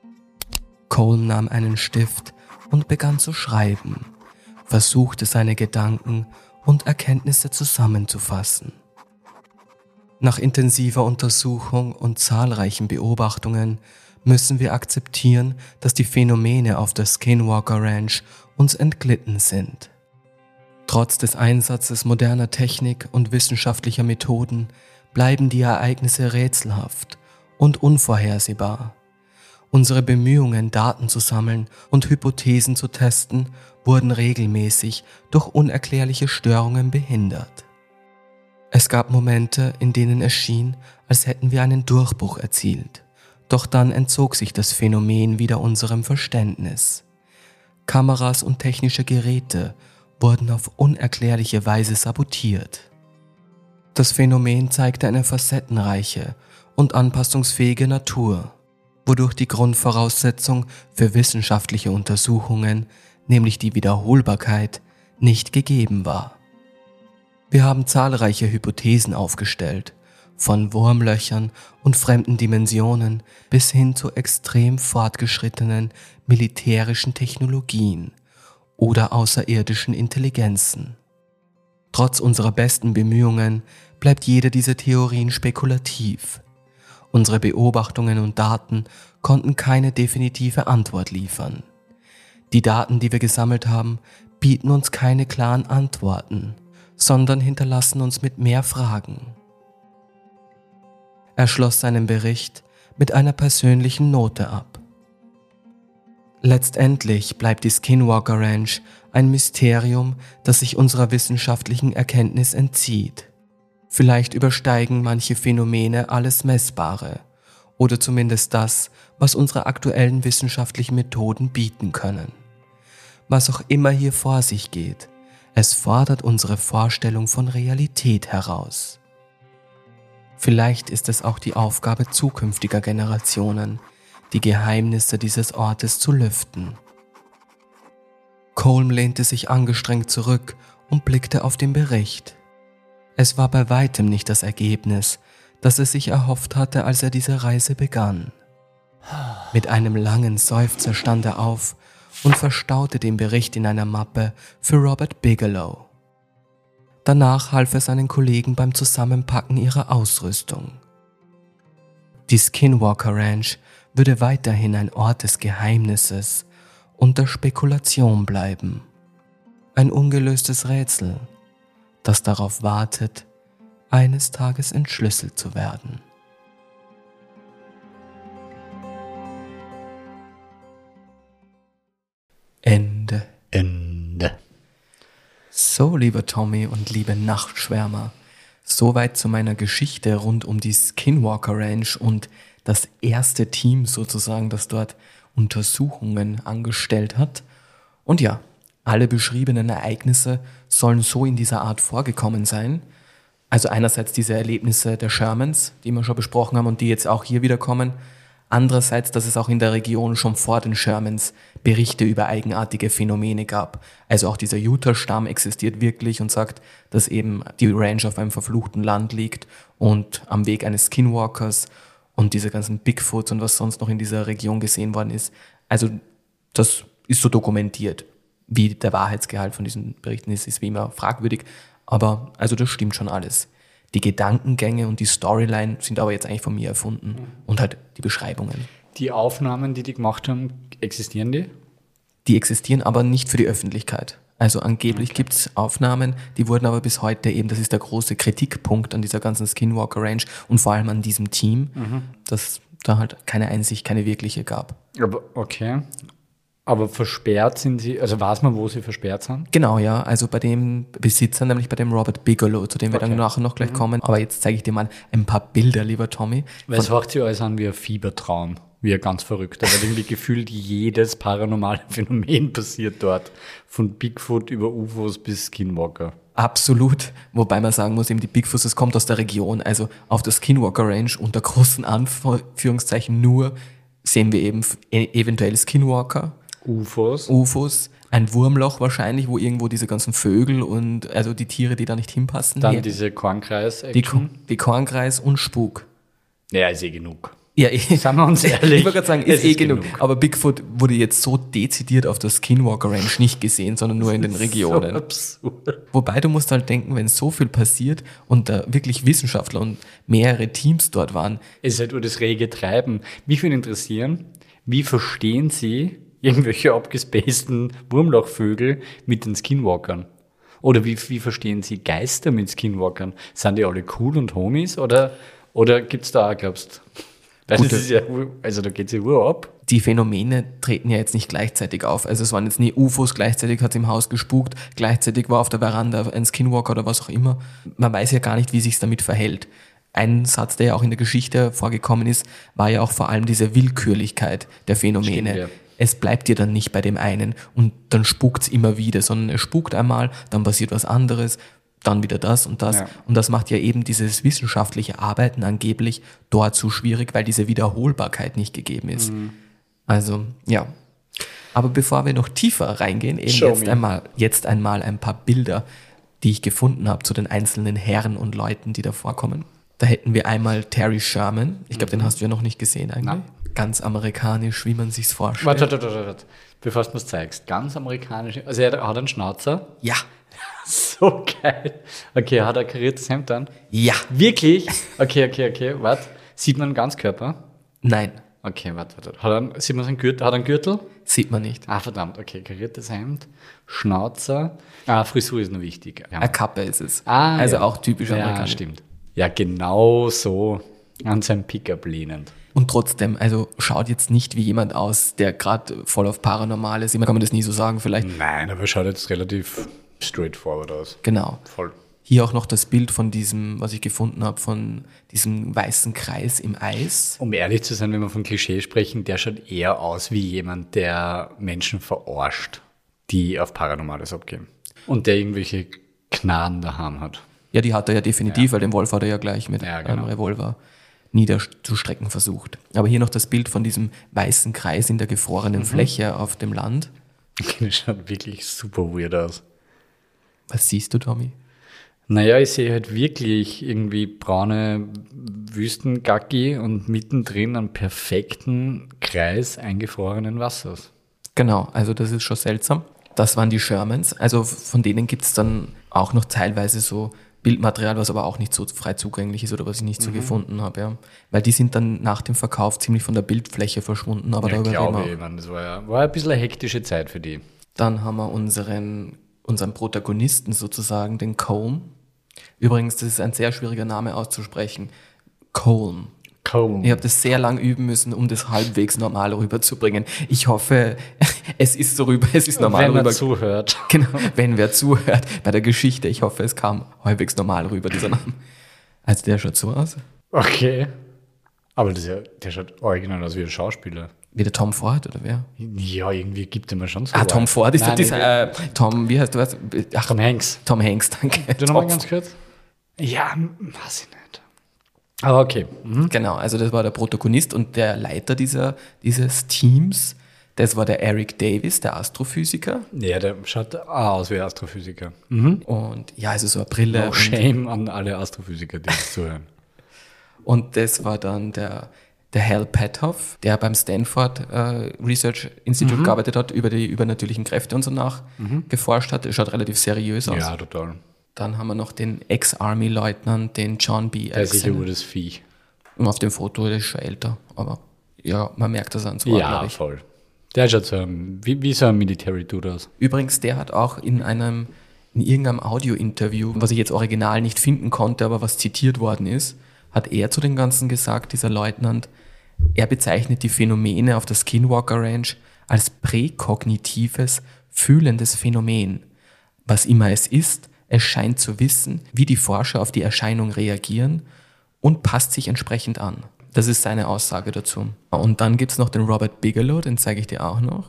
Colm nahm einen Stift und begann zu schreiben, versuchte seine Gedanken und Erkenntnisse zusammenzufassen. Nach intensiver Untersuchung und zahlreichen Beobachtungen müssen wir akzeptieren, dass die Phänomene auf der Skinwalker Ranch uns entglitten sind. Trotz des Einsatzes moderner Technik und wissenschaftlicher Methoden bleiben die Ereignisse rätselhaft und unvorhersehbar. Unsere Bemühungen, Daten zu sammeln und Hypothesen zu testen, wurden regelmäßig durch unerklärliche Störungen behindert. Es gab Momente, in denen es schien, als hätten wir einen Durchbruch erzielt. Doch dann entzog sich das Phänomen wieder unserem Verständnis. Kameras und technische Geräte wurden auf unerklärliche Weise sabotiert. Das Phänomen zeigte eine facettenreiche und anpassungsfähige Natur, wodurch die Grundvoraussetzung für wissenschaftliche Untersuchungen, nämlich die Wiederholbarkeit, nicht gegeben war. Wir haben zahlreiche Hypothesen aufgestellt, von Wurmlöchern und fremden Dimensionen bis hin zu extrem fortgeschrittenen militärischen Technologien oder außerirdischen Intelligenzen. Trotz unserer besten Bemühungen bleibt jede dieser Theorien spekulativ. Unsere Beobachtungen und Daten konnten keine definitive Antwort liefern. Die Daten, die wir gesammelt haben, bieten uns keine klaren Antworten, sondern hinterlassen uns mit mehr Fragen. Er schloss seinen Bericht mit einer persönlichen Note ab. Letztendlich bleibt die Skinwalker Ranch ein Mysterium, das sich unserer wissenschaftlichen Erkenntnis entzieht. Vielleicht übersteigen manche Phänomene alles Messbare oder zumindest das, was unsere aktuellen wissenschaftlichen Methoden bieten können. Was auch immer hier vor sich geht, es fordert unsere Vorstellung von Realität heraus. Vielleicht ist es auch die Aufgabe zukünftiger Generationen, die Geheimnisse dieses Ortes zu lüften. Colm lehnte sich angestrengt zurück und blickte auf den Bericht. Es war bei weitem nicht das Ergebnis, das er sich erhofft hatte, als er diese Reise begann. Mit einem langen Seufzer stand er auf und verstaute den Bericht in einer Mappe für Robert Bigelow. Danach half er seinen Kollegen beim Zusammenpacken ihrer Ausrüstung. Die Skinwalker Ranch würde weiterhin ein Ort des Geheimnisses und der Spekulation bleiben. Ein ungelöstes Rätsel, das darauf wartet, eines Tages entschlüsselt zu werden. Ende. So, lieber Tommy und liebe Nachtschwärmer, soweit zu meiner Geschichte rund um die Skinwalker Ranch und das erste Team sozusagen, das dort Untersuchungen angestellt hat. Und ja, alle beschriebenen Ereignisse sollen so in dieser Art vorgekommen sein. Also einerseits diese Erlebnisse der Shermans, die wir schon besprochen haben und die jetzt auch hier wieder kommen. Andererseits, dass es auch in der Region schon vor den Shermans Berichte über eigenartige Phänomene gab. Also auch dieser Utah-Stamm existiert wirklich und sagt, dass eben die Ranch auf einem verfluchten Land liegt und am Weg eines Skinwalkers und diese ganzen Bigfoots und was sonst noch in dieser Region gesehen worden ist. Also das ist so dokumentiert. Wie der Wahrheitsgehalt von diesen Berichten ist wie immer fragwürdig. Aber also das stimmt schon alles. Die Gedankengänge und die Storyline sind aber jetzt eigentlich von mir erfunden. Und halt die Beschreibungen. Die Aufnahmen, die gemacht haben, existieren die? Die existieren aber nicht für die Öffentlichkeit. Also angeblich gibt es Aufnahmen, die wurden aber bis heute eben, das ist der große Kritikpunkt an dieser ganzen Skinwalker Ranch und vor allem an diesem Team, dass da halt keine Einsicht, keine wirkliche gab. Aber okay. Aber versperrt sind sie, also weiß man, wo sie versperrt sind? Genau, ja, also bei dem Besitzer, nämlich bei dem Robert Bigelow, zu dem wir dann nachher noch gleich kommen. Aber jetzt zeige ich dir mal ein paar Bilder, lieber Tommy. Weil es hört sich alles an wie ein Fiebertraum, wie ein ganz verrückter, weil irgendwie gefühlt jedes paranormale Phänomen passiert dort. Von Bigfoot über UFOs bis Skinwalker. Absolut, wobei man sagen muss, eben die Bigfoots, das kommt aus der Region, also auf der Skinwalker Ranch unter großen Anführungszeichen nur sehen wir eben eventuell Skinwalker. UFOs, ein Wurmloch wahrscheinlich, wo irgendwo diese ganzen Vögel und also die Tiere, die da nicht hinpassen. Dann diese Kornkreis-Action. Die Kornkreis und Spuk. Ja, ist genug. Ja, sagen wir uns ehrlich. Ich wollte gerade sagen, ist genug. Aber Bigfoot wurde jetzt so dezidiert auf der Skinwalker Ranch nicht gesehen, sondern nur in den Regionen. So absurd. Wobei du musst halt denken, wenn so viel passiert und da wirklich Wissenschaftler und mehrere Teams dort waren. Es ist halt nur das rege Treiben. Mich würde interessieren, wie verstehen Sie irgendwelche abgespaceden Wurmlochvögel mit den Skinwalkern? Oder wie verstehen Sie Geister mit Skinwalkern? Sind die alle cool und Homies? Oder gibt's da auch, glaubst du? Das ist ja, also da geht's ja ab. Die Phänomene treten ja jetzt nicht gleichzeitig auf. Also es waren jetzt nie UFOs, gleichzeitig hat es im Haus gespukt, gleichzeitig war auf der Veranda ein Skinwalker oder was auch immer. Man weiß ja gar nicht, wie sich's damit verhält. Ein Satz, der ja auch in der Geschichte vorgekommen ist, war ja auch vor allem diese Willkürlichkeit der Phänomene. Stimmt, ja. Es bleibt dir dann nicht bei dem einen und dann spukt's immer wieder, sondern es spukt einmal, dann passiert was anderes, dann wieder das und das. Ja. Und das macht ja eben dieses wissenschaftliche Arbeiten angeblich dort so schwierig, weil diese Wiederholbarkeit nicht gegeben ist. Also, ja. Aber bevor wir noch tiefer reingehen, eben jetzt einmal ein paar Bilder, die ich gefunden habe zu den einzelnen Herren und Leuten, die da vorkommen. Da hätten wir einmal Terry Sherman. Ich glaube, den hast du ja noch nicht gesehen eigentlich. Nein. Ganz amerikanisch, wie man sich's vorstellt. Warte. Bevor du es zeigst. Ganz amerikanisch. Also er hat einen Schnauzer? Ja. So geil. Okay, hat er ein kariertes Hemd an? Ja. Wirklich? Okay. Warte. Sieht man den Ganzkörper? Nein. Okay, warte. Sieht man seinen Gürtel? Hat er einen Gürtel? Sieht man nicht. Ah, verdammt. Okay, kariertes Hemd, Schnauzer. Frisur ist noch wichtig. Ja. Eine Kappe ist es. Also auch typisch amerikanisch. Ja, stimmt. Ja, genau so. An seinem Pickup lehnend. Und trotzdem, also schaut jetzt nicht wie jemand aus, der gerade voll auf Paranormal ist. Immer kann man das nie so sagen vielleicht. Nein, aber schaut jetzt relativ straightforward aus. Genau. Voll. Hier auch noch das Bild von diesem, was ich gefunden habe, von diesem weißen Kreis im Eis. Um ehrlich zu sein, wenn wir von Klischee sprechen, der schaut eher aus wie jemand, der Menschen verarscht, die auf Paranormales abgehen. Und der irgendwelche Gnaden daheim hat. Ja, die hat er ja definitiv, weil den Wolf hat er ja gleich mit einem Revolver niederzustrecken versucht. Aber hier noch das Bild von diesem weißen Kreis in der gefrorenen Fläche auf dem Land. Das schaut wirklich super weird aus. Was siehst du, Tommy? Naja, ich sehe halt wirklich irgendwie braune Wüstengacki und mittendrin einen perfekten Kreis eingefrorenen Wassers. Genau, also das ist schon seltsam. Das waren die Shermans. Also von denen gibt es dann auch noch teilweise so Bildmaterial, was aber auch nicht so frei zugänglich ist oder was ich nicht so gefunden habe. Ja. Weil die sind dann nach dem Verkauf ziemlich von der Bildfläche verschwunden. Aber ja, glaube ich. Das war ein bisschen eine hektische Zeit für die. Dann haben wir unseren Protagonisten sozusagen, den Combe. Übrigens, das ist ein sehr schwieriger Name auszusprechen. Colm. Cool. Ich habe das sehr lang üben müssen, um das halbwegs normal rüberzubringen. Ich hoffe, es ist so rüber, es ist normal Wenn rüber. man zuhört. Genau, wenn wer zuhört bei der Geschichte. Ich hoffe, es kam halbwegs normal rüber, dieser Name. Also der schaut so aus. Okay. Aber der schaut original aus wie ein Schauspieler. Wie der Tom Ford, oder wer? Ja, irgendwie gibt er mir schon so. Tom Ford ist Nein, doch dieser, Tom, wie heißt du was? Ach, Tom Hanks. Tom Hanks, danke. Du nochmal ganz kurz? Ja, weiß ich nicht. Aber okay. Genau, also das war der Protagonist und der Leiter dieses Teams, das war der Eric Davis, der Astrophysiker. Ja, der schaut auch aus wie ein Astrophysiker. Und ja, also so eine Brille. No shame an alle Astrophysiker, die jetzt zuhören. Und das war dann der Hal Petoff, der beim Stanford Research Institute gearbeitet hat, über die übernatürlichen Kräfte und so geforscht hat. Der schaut relativ seriös aus. Ja, total. Dann haben wir noch den Ex-Army-Leutnant, den John B. Der ist sicher Alexander. über das Vieh. Und auf dem Foto, der ist schon älter, aber ja, man merkt das an so, Ja, glaube ich. voll. Der schaut so wie so ein Military-Dude aus. Übrigens, der hat auch in irgendeinem Audio-Interview, was ich jetzt original nicht finden konnte, aber was zitiert worden ist, hat er zu den Ganzen gesagt, dieser Leutnant, er bezeichnet die Phänomene auf der Skinwalker Ranch als präkognitives, fühlendes Phänomen. Was immer es ist, es scheint zu wissen, wie die Forscher auf die Erscheinung reagieren und passt sich entsprechend an. Das ist seine Aussage dazu. Und dann gibt es noch den Robert Bigelow, den zeige ich dir auch noch.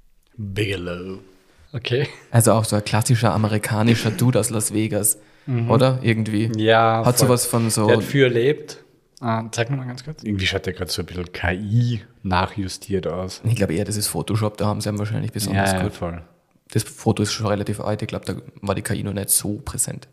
Bigelow. Okay. Also auch so ein klassischer amerikanischer Dude aus Las Vegas, oder? Irgendwie. Ja. Hat voll. sowas von so... Der hat viel erlebt. Zeig mir mal ganz kurz. Irgendwie schaut der gerade so ein bisschen KI nachjustiert aus. Ich glaube eher, das ist Photoshop, da haben sie ihn wahrscheinlich besonders Ja, gut. voll. Das Foto ist schon relativ alt, ich glaube, da war die KI noch nicht so präsent.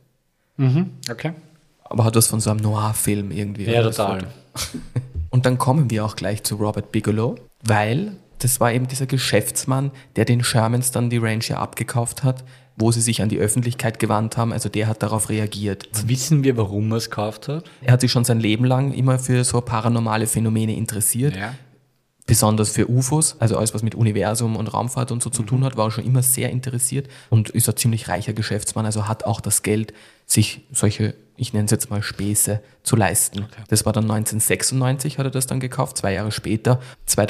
Okay. Aber hat was von so einem Noir-Film irgendwie. Ja, oder das total. Foto. Und dann kommen wir auch gleich zu Robert Bigelow, weil das war eben dieser Geschäftsmann, der den Shermans dann die Ranch ja abgekauft hat, wo sie sich an die Öffentlichkeit gewandt haben. Also der hat darauf reagiert. Wissen wir, warum er es gekauft hat? Er hat sich schon sein Leben lang immer für so paranormale Phänomene interessiert. Ja. Besonders für UFOs, also alles, was mit Universum und Raumfahrt und so zu tun hat, war er schon immer sehr interessiert und ist ein ziemlich reicher Geschäftsmann, also hat auch das Geld, sich solche, ich nenne es jetzt mal Späße, zu leisten. Okay. Das war dann 1996, hat er das dann gekauft, 2 Jahre später.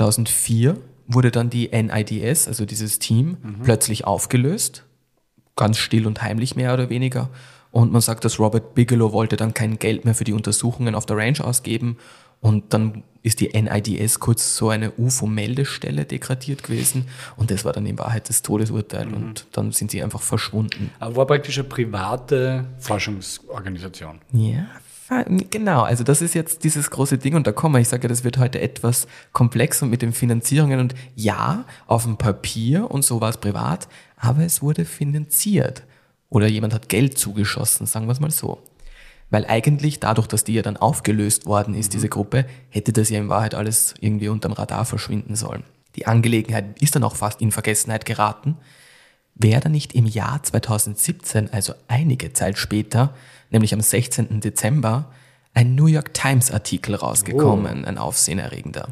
2004 wurde dann die NIDS, also dieses Team, plötzlich aufgelöst, ganz still und heimlich mehr oder weniger. Und man sagt, dass Robert Bigelow wollte dann kein Geld mehr für die Untersuchungen auf der Ranch ausgeben. Und dann ist die NIDS kurz so eine UFO-Meldestelle degradiert gewesen. Und das war dann in Wahrheit das Todesurteil. Und dann sind sie einfach verschwunden. Aber war praktisch eine private Forschungsorganisation. Ja, genau. Also das ist jetzt dieses große Ding. Und da kommen wir, ich sage, das wird heute etwas komplex und mit den Finanzierungen. Und ja, auf dem Papier und so war es privat, aber es wurde finanziert. Oder jemand hat Geld zugeschossen, sagen wir es mal so. Weil eigentlich dadurch, dass die ja dann aufgelöst worden ist, diese Gruppe, hätte das ja in Wahrheit alles irgendwie unterm Radar verschwinden sollen. Die Angelegenheit ist dann auch fast in Vergessenheit geraten. Wäre dann nicht im Jahr 2017, also einige Zeit später, nämlich am 16. Dezember, ein New York Times Artikel rausgekommen, ein aufsehenerregender.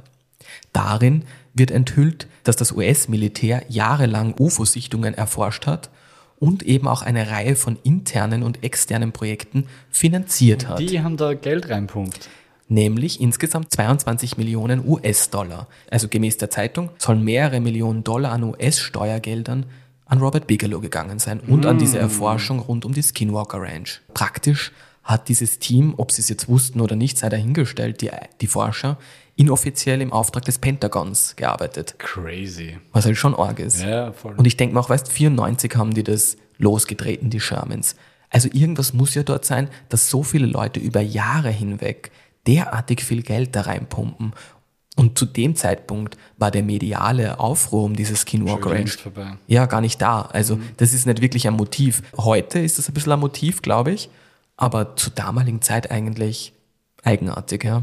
Darin wird enthüllt, dass das US-Militär jahrelang UFO-Sichtungen erforscht hat und eben auch eine Reihe von internen und externen Projekten finanziert hat. Die haben da Geld reinpumpt. Nämlich insgesamt 22 Millionen US-Dollar. Also gemäß der Zeitung sollen mehrere Millionen Dollar an US-Steuergeldern an Robert Bigelow gegangen sein und an diese Erforschung rund um die Skinwalker Ranch. Praktisch hat dieses Team, ob sie es jetzt wussten oder nicht, sei dahingestellt, die Forscher, inoffiziell im Auftrag des Pentagons gearbeitet. Crazy. Was halt schon arg ist. Ja, voll. Und ich denke mir auch, weißt, 94 haben die das losgetreten, die Shermans. Also irgendwas muss ja dort sein, dass so viele Leute über Jahre hinweg derartig viel Geld da reinpumpen. Und zu dem Zeitpunkt war der mediale Aufruhr um dieses Skinwalker Ranch ja gar nicht da. Also das ist nicht wirklich ein Motiv. Heute ist das ein bisschen ein Motiv, glaube ich. Aber zur damaligen Zeit eigentlich eigenartig, ja.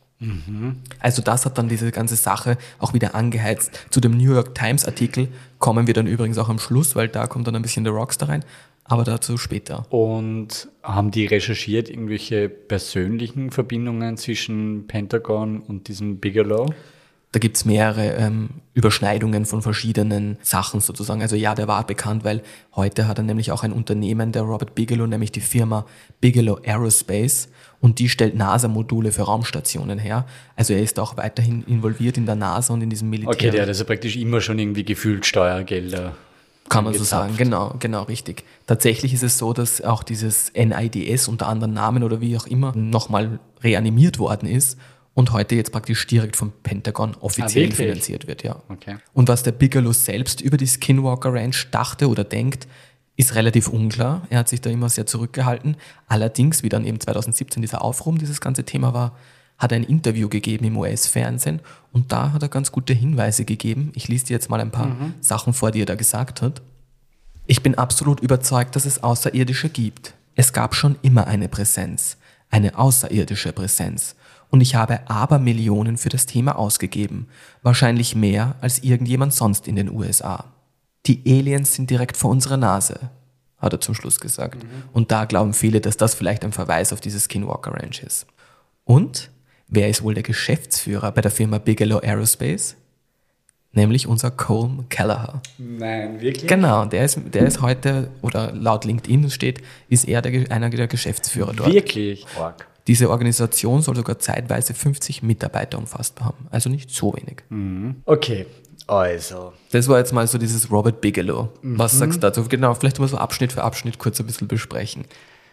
Also das hat dann diese ganze Sache auch wieder angeheizt. Zu dem New York Times Artikel kommen wir dann übrigens auch am Schluss, weil da kommt dann ein bisschen der Rockstar rein, aber dazu später. Und haben die recherchiert irgendwelche persönlichen Verbindungen zwischen Pentagon und diesem Bigelow? Da gibt's mehrere Überschneidungen von verschiedenen Sachen sozusagen. Also ja, der war bekannt, weil heute hat er nämlich auch ein Unternehmen, der Robert Bigelow, nämlich die Firma Bigelow Aerospace, und die stellt NASA-Module für Raumstationen her. Also er ist auch weiterhin involviert in der NASA und in diesem Militär. Okay, der hat also praktisch immer schon irgendwie gefühlt Steuergelder. Kann man so sagen, genau, richtig. Tatsächlich ist es so, dass auch dieses NIDS unter anderen Namen oder wie auch immer nochmal reanimiert worden ist und heute jetzt praktisch direkt vom Pentagon offiziell finanziert wird, ja. Okay. Und was der Bigelow selbst über die Skinwalker Ranch dachte oder denkt, ist relativ unklar. Er hat sich da immer sehr zurückgehalten. Allerdings, wie dann eben 2017 dieser Aufruhr dieses ganze Thema war, hat er ein Interview gegeben im US-Fernsehen und da hat er ganz gute Hinweise gegeben. Ich lese dir jetzt mal ein paar Sachen vor, die er da gesagt hat. Ich bin absolut überzeugt, dass es Außerirdische gibt. Es gab schon immer eine Präsenz, eine außerirdische Präsenz. Und ich habe Abermillionen für das Thema ausgegeben. Wahrscheinlich mehr als irgendjemand sonst in den USA. Die Aliens sind direkt vor unserer Nase, hat er zum Schluss gesagt. Und da glauben viele, dass das vielleicht ein Verweis auf diese Skinwalker Ranch ist. Und wer ist wohl der Geschäftsführer bei der Firma Bigelow Aerospace? Nämlich unser Colm Kelleher. Nein, wirklich? Genau, der ist heute, oder laut LinkedIn steht, ist er einer der Geschäftsführer dort. Wirklich? Org. Diese Organisation soll sogar zeitweise 50 Mitarbeiter umfasst haben. Also nicht so wenig. Okay, also. Das war jetzt mal so dieses Robert Bigelow. Was sagst du dazu? Genau, vielleicht mal so Abschnitt für Abschnitt kurz ein bisschen besprechen.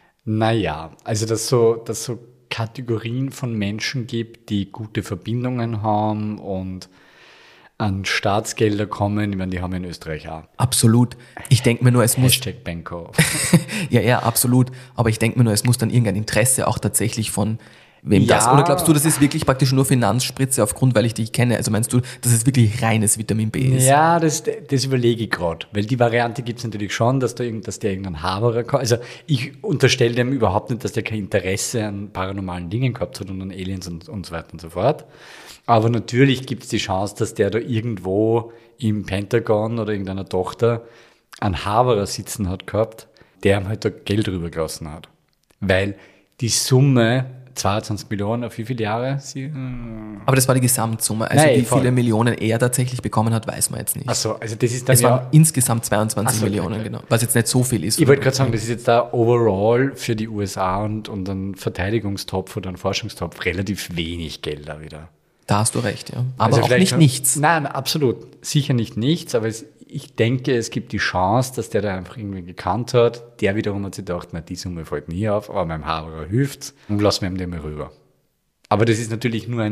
Naja, also dass so Kategorien von Menschen gibt, die gute Verbindungen haben und an Staatsgelder kommen, ich meine, die haben wir in Österreich auch. Absolut. Ich denke mir nur, es muss... Hashtag Benko. ja, absolut. Aber ich denke mir nur, es muss dann irgendein Interesse auch tatsächlich von wem das... Oder glaubst du, das ist wirklich praktisch nur Finanzspritze aufgrund, weil ich dich kenne? Also meinst du, dass es wirklich reines Vitamin B ist? Ja, das überlege ich gerade. Weil die Variante gibt es natürlich schon, dass der irgendein Haberer kommt. Also ich unterstelle dem überhaupt nicht, dass der kein Interesse an paranormalen Dingen gehabt hat und an Aliens und so weiter und so fort. Aber natürlich gibt es die Chance, dass der da irgendwo im Pentagon oder irgendeiner Tochter einen Haberer sitzen hat gehabt, der ihm halt da Geld rübergelassen hat. Weil die Summe 22 Millionen auf wie viele Jahre? Aber das war die Gesamtsumme. Also Nein, wie viele Millionen er tatsächlich bekommen hat, weiß man jetzt nicht. Ach so, also das ist dann Es waren insgesamt 22 Millionen, okay. Genau. Was jetzt nicht so viel ist. Ich wollte gerade sagen, das ist jetzt da overall für die USA und einen Verteidigungstopf oder einen Forschungstopf relativ wenig Gelder wieder. Da hast du recht, ja. Aber Also auch nicht nichts. Nein, absolut. Sicher nicht nichts, aber ich denke, es gibt die Chance, dass der da einfach irgendwie gekannt hat. Der wiederum hat sich gedacht, na, die Summe fällt nie auf, aber meinem Haberer hilft's und lassen wir ihm den mal rüber. Aber das ist natürlich nur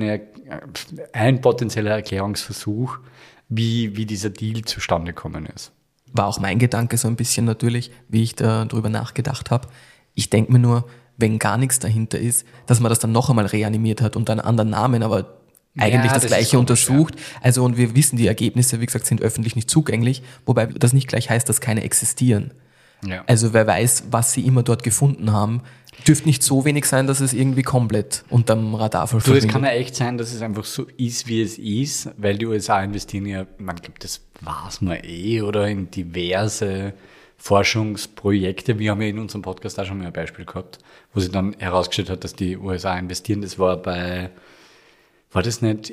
ein potenzieller Erklärungsversuch, wie dieser Deal zustande gekommen ist. War auch mein Gedanke so ein bisschen natürlich, wie ich da drüber nachgedacht habe. Ich denke mir nur, wenn gar nichts dahinter ist, dass man das dann noch einmal reanimiert hat unter einem anderen Namen, aber eigentlich das Gleiche untersucht. Also und wir wissen, die Ergebnisse, wie gesagt, sind öffentlich nicht zugänglich, wobei das nicht gleich heißt, dass keine existieren. Ja. Also wer weiß, was sie immer dort gefunden haben, dürfte nicht so wenig sein, dass es irgendwie komplett unterm Radar verschwindet. Es kann ja echt sein, dass es einfach so ist, wie es ist, weil die USA investieren ja, man glaubt, das weiß man oder in diverse Forschungsprojekte. Wir haben ja in unserem Podcast auch schon mal ein Beispiel gehabt, wo sich dann herausgestellt hat, dass die USA investieren. Das war war das nicht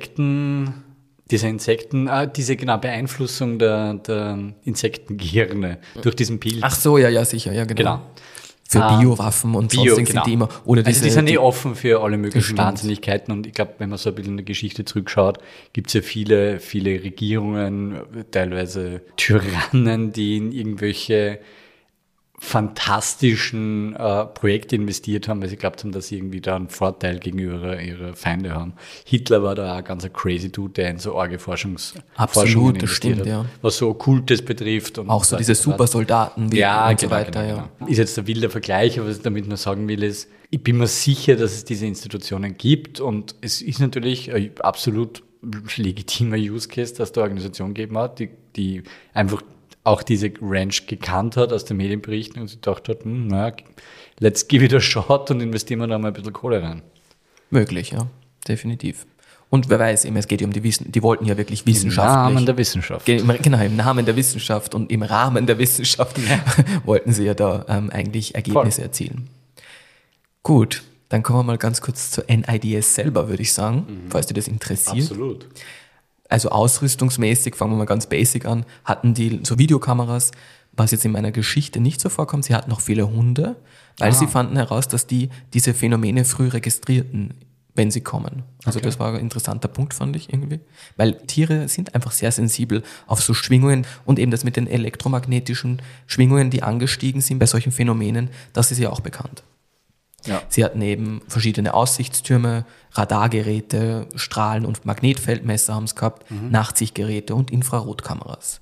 diese Beeinflussung der Insektengehirne durch diesen Pilz? Ach so, ja, sicher, ja, genau. Für Biowaffen und sonstiges sind die immer. Oder also die sind offen für alle möglichen stimmt. Wahnsinnigkeiten und ich glaube, wenn man so ein bisschen in der Geschichte zurückschaut, gibt es ja viele Regierungen, teilweise Tyrannen, die in irgendwelche fantastischen Projekte investiert haben, weil sie glaubt haben, dass sie irgendwie da einen Vorteil gegenüber ihre Feinde haben. Hitler war da auch ganz ein crazy Dude, der in so arge Forschungen das stimmt, hat, ja. was so Okkultes betrifft. Und auch so diese Supersoldaten und so weiter. Genau. Ja. Ist jetzt ein wilder Vergleich, aber was ich damit nur sagen will, ist, ich bin mir sicher, dass es diese Institutionen gibt und es ist natürlich ein absolut legitimer Use Case, dass es da eine Organisation gegeben hat, die einfach auch diese Ranch gekannt hat aus den Medienberichten und sie gedacht hat, let's give it a shot und investieren wir da mal ein bisschen Kohle rein. Möglich, ja, definitiv. Und wer weiß, es geht ja um die wollten ja wirklich wissenschaftlich. Im Namen der Wissenschaft. Genau, im Namen der Wissenschaft und im Rahmen der Wissenschaft wollten sie ja da eigentlich Ergebnisse erzielen. Gut, Dann kommen wir mal ganz kurz zur NIDS selber, würde ich sagen, falls dir das interessiert. Absolut. Also ausrüstungsmäßig, fangen wir mal ganz basic an, hatten die so Videokameras, was jetzt in meiner Geschichte nicht so vorkommt. Sie hatten noch viele Hunde, weil sie fanden heraus, dass die diese Phänomene früh registrierten, wenn sie kommen. Also das war ein interessanter Punkt, fand ich irgendwie. Weil Tiere sind einfach sehr sensibel auf so Schwingungen und eben das mit den elektromagnetischen Schwingungen, die angestiegen sind bei solchen Phänomenen, das ist ja auch bekannt. Ja. Sie hatten eben verschiedene Aussichtstürme, Radargeräte, Strahlen- und Magnetfeldmesser haben es gehabt, Nachtsichtgeräte und Infrarotkameras.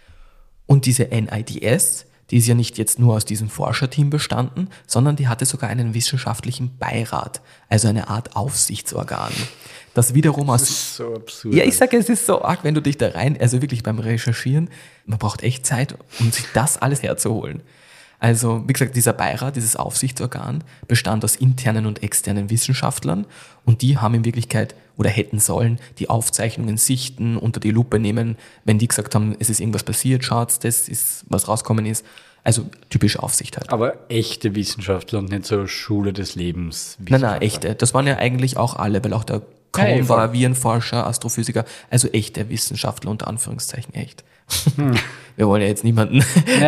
Und diese NIDS, die ist ja nicht jetzt nur aus diesem Forscherteam bestanden, sondern die hatte sogar einen wissenschaftlichen Beirat, also eine Art Aufsichtsorgan. Das wiederum aus... Das ist so absurd. Ja, ich sage, es ist so arg, wenn du dich da rein, also wirklich beim Recherchieren, man braucht echt Zeit, um sich das alles herzuholen. Also, wie gesagt, dieser Beirat, dieses Aufsichtsorgan, bestand aus internen und externen Wissenschaftlern und die haben in Wirklichkeit oder hätten sollen die Aufzeichnungen sichten, unter die Lupe nehmen, wenn die gesagt haben, es ist irgendwas passiert, schaut, das ist, was rauskommen ist. Also typische Aufsicht halt. Aber echte Wissenschaftler und nicht so Schule des Lebens. Nein, echte. Das waren ja eigentlich auch alle, weil auch der Kohn war Virenforscher, Astrophysiker, also echte Wissenschaftler unter Anführungszeichen, echt. Wir wollen ja jetzt niemanden,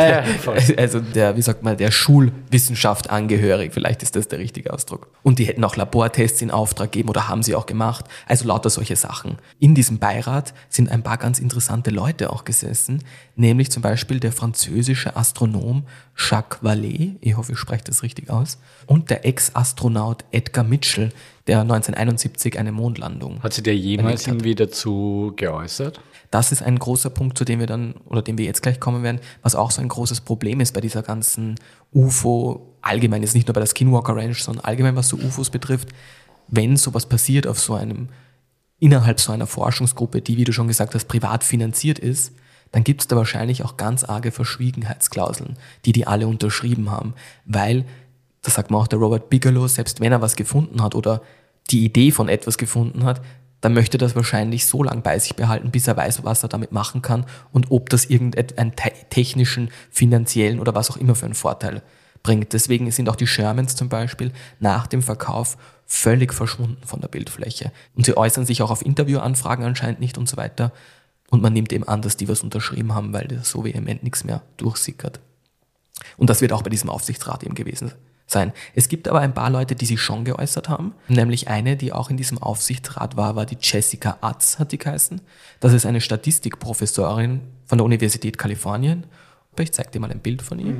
also der, wie sagt man, der Schulwissenschaft angehörig, vielleicht ist das der richtige Ausdruck. Und die hätten auch Labortests in Auftrag gegeben oder haben sie auch gemacht, also lauter solche Sachen. In diesem Beirat sind ein paar ganz interessante Leute auch gesessen, nämlich zum Beispiel der französische Astronom Jacques Vallée, ich hoffe, ich spreche das richtig aus, und der Ex-Astronaut Edgar Mitchell, der 1971 eine Mondlandung. Hat sich der jemals irgendwie dazu geäußert? Das ist ein großer Punkt, zu dem wir dann, oder dem wir jetzt gleich kommen werden, was auch so ein großes Problem ist bei dieser ganzen UFO, allgemein, jetzt nicht nur bei der Skinwalker Ranch, sondern allgemein, was so UFOs betrifft. Wenn sowas passiert auf so einem, innerhalb so einer Forschungsgruppe, die, wie du schon gesagt hast, privat finanziert ist, dann gibt es da wahrscheinlich auch ganz arge Verschwiegenheitsklauseln, die alle unterschrieben haben, weil, das sagt man auch der Robert Bigelow, selbst wenn er was gefunden hat oder die Idee von etwas gefunden hat, dann möchte er das wahrscheinlich so lange bei sich behalten, bis er weiß, was er damit machen kann und ob das irgendeinen technischen, finanziellen oder was auch immer für einen Vorteil bringt. Deswegen sind auch die Shermans zum Beispiel nach dem Verkauf völlig verschwunden von der Bildfläche. Und sie äußern sich auch auf Interviewanfragen anscheinend nicht und so weiter. Und man nimmt eben an, dass die was unterschrieben haben, weil das so vehement nichts mehr durchsickert. Und das wird auch bei diesem Aufsichtsrat eben gewesen sein. Es gibt aber ein paar Leute, die sich schon geäußert haben, nämlich eine, die auch in diesem Aufsichtsrat war die Jessica Utz, hat die geheißen. Das ist eine Statistikprofessorin von der Universität Kalifornien. Ich zeige dir mal ein Bild von ihr.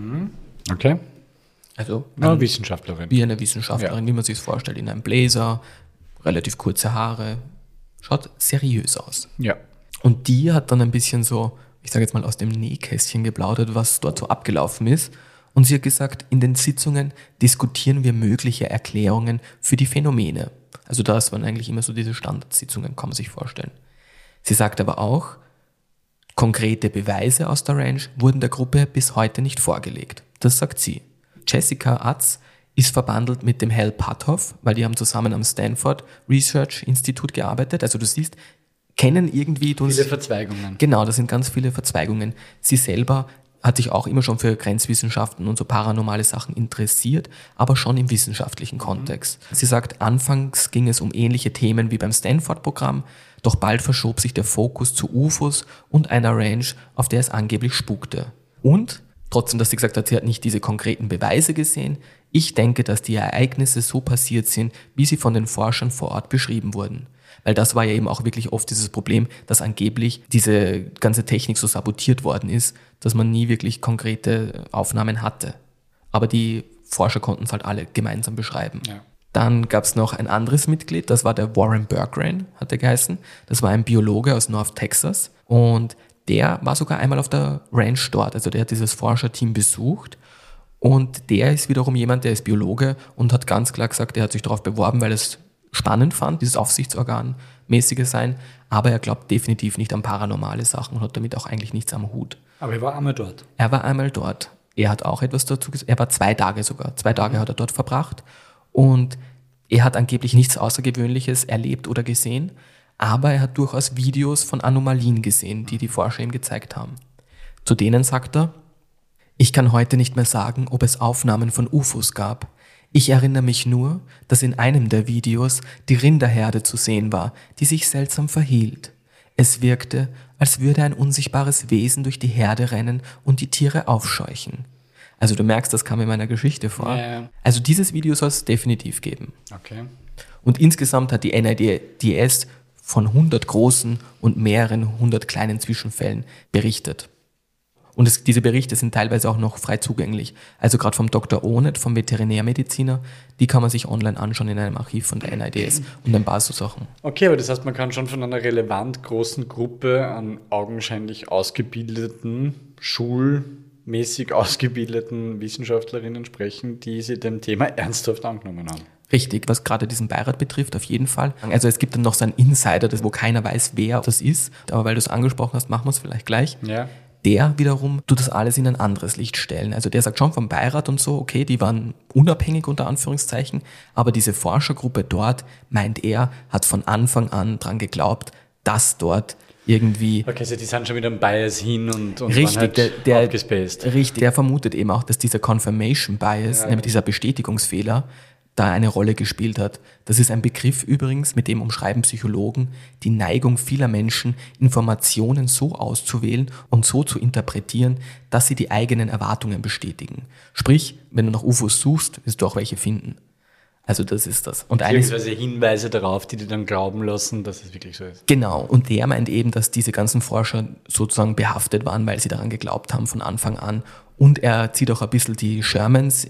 Okay. Also eine Wissenschaftlerin. Wie eine Wissenschaftlerin, wie man sich es vorstellt, in einem Blazer, relativ kurze Haare, schaut seriös aus. Ja. Und die hat dann ein bisschen so, ich sage jetzt mal aus dem Nähkästchen geplaudert, was dort so abgelaufen ist. Und sie hat gesagt, in den Sitzungen diskutieren wir mögliche Erklärungen für die Phänomene. Also das waren eigentlich immer so diese Standardsitzungen, kann man sich vorstellen. Sie sagt aber auch, konkrete Beweise aus der Ranch wurden der Gruppe bis heute nicht vorgelegt. Das sagt sie. Jessica Utz ist verbandelt mit dem Hal Puthoff, weil die haben zusammen am Stanford Research Institute gearbeitet. Also du siehst, kennen irgendwie... Viele Verzweigungen. Genau, das sind ganz viele Verzweigungen. Sie selber hat sich auch immer schon für Grenzwissenschaften und so paranormale Sachen interessiert, aber schon im wissenschaftlichen Kontext. Sie sagt, anfangs ging es um ähnliche Themen wie beim Stanford-Programm, doch bald verschob sich der Fokus zu UFOs und einer Ranch, auf der es angeblich spukte. Und, trotzdem, dass sie gesagt hat, sie hat nicht diese konkreten Beweise gesehen, ich denke, dass die Ereignisse so passiert sind, wie sie von den Forschern vor Ort beschrieben wurden. Weil das war ja eben auch wirklich oft dieses Problem, dass angeblich diese ganze Technik so sabotiert worden ist, dass man nie wirklich konkrete Aufnahmen hatte. Aber die Forscher konnten es halt alle gemeinsam beschreiben. Ja. Dann gab es noch ein anderes Mitglied, das war der Warren Berggren, hat er geheißen. Das war ein Biologe aus North Texas und der war sogar einmal auf der Ranch dort. Also der hat dieses Forscherteam besucht und der ist wiederum jemand, der ist Biologe und hat ganz klar gesagt, er hat sich darauf beworben, weil es spannend fand, dieses Aufsichtsorgan-mäßige Sein, aber er glaubt definitiv nicht an paranormale Sachen und hat damit auch eigentlich nichts am Hut. Aber er war einmal dort. Er war einmal dort. Er hat auch etwas dazu gesagt. Er war 2 Tage sogar. 2 Tage hat er dort verbracht und er hat angeblich nichts Außergewöhnliches erlebt oder gesehen, aber er hat durchaus Videos von Anomalien gesehen, die die Forscher ihm gezeigt haben. Zu denen sagt er, ich kann heute nicht mehr sagen, ob es Aufnahmen von UFOs gab. Ich erinnere mich nur, dass in einem der Videos die Rinderherde zu sehen war, die sich seltsam verhielt. Es wirkte, als würde ein unsichtbares Wesen durch die Herde rennen und die Tiere aufscheuchen. Also du merkst, das kam in meiner Geschichte vor. Ja. Also dieses Video soll es definitiv geben. Okay. Und insgesamt hat die NIDS von 100 großen und mehreren 100 kleinen Zwischenfällen berichtet. Und diese Berichte sind teilweise auch noch frei zugänglich. Also gerade vom Dr. Ohnet, vom Veterinärmediziner, die kann man sich online anschauen in einem Archiv von der NIDS und ein paar so Sachen. Okay, aber das heißt, man kann schon von einer relevant großen Gruppe an augenscheinlich ausgebildeten, schulmäßig ausgebildeten Wissenschaftlerinnen sprechen, die sich dem Thema ernsthaft angenommen haben. Richtig, was gerade diesen Beirat betrifft, auf jeden Fall. Also es gibt dann noch so einen Insider, wo keiner weiß, wer das ist. Aber weil du es angesprochen hast, machen wir es vielleicht gleich. Ja. Der wiederum tut das alles in ein anderes Licht stellen. Also der sagt schon vom Beirat und so, okay, die waren unabhängig unter Anführungszeichen, aber diese Forschergruppe dort, meint er, hat von Anfang an dran geglaubt, dass dort irgendwie... Okay, also die sind schon wieder ein Bias hin und richtig, waren halt aufgespaced. Richtig, der vermutet eben auch, dass dieser Confirmation Bias, nämlich dieser Bestätigungsfehler, da eine Rolle gespielt hat. Das ist ein Begriff übrigens, mit dem umschreiben Psychologen die Neigung vieler Menschen, Informationen so auszuwählen und so zu interpretieren, dass sie die eigenen Erwartungen bestätigen. Sprich, wenn du nach UFOs suchst, wirst du auch welche finden. Also das ist das. Und beziehungsweise Hinweise darauf, die dir dann glauben lassen, dass es wirklich so ist. Genau. Und der meint eben, dass diese ganzen Forscher sozusagen behaftet waren, weil sie daran geglaubt haben von Anfang an. Und er zieht auch ein bisschen die Shermans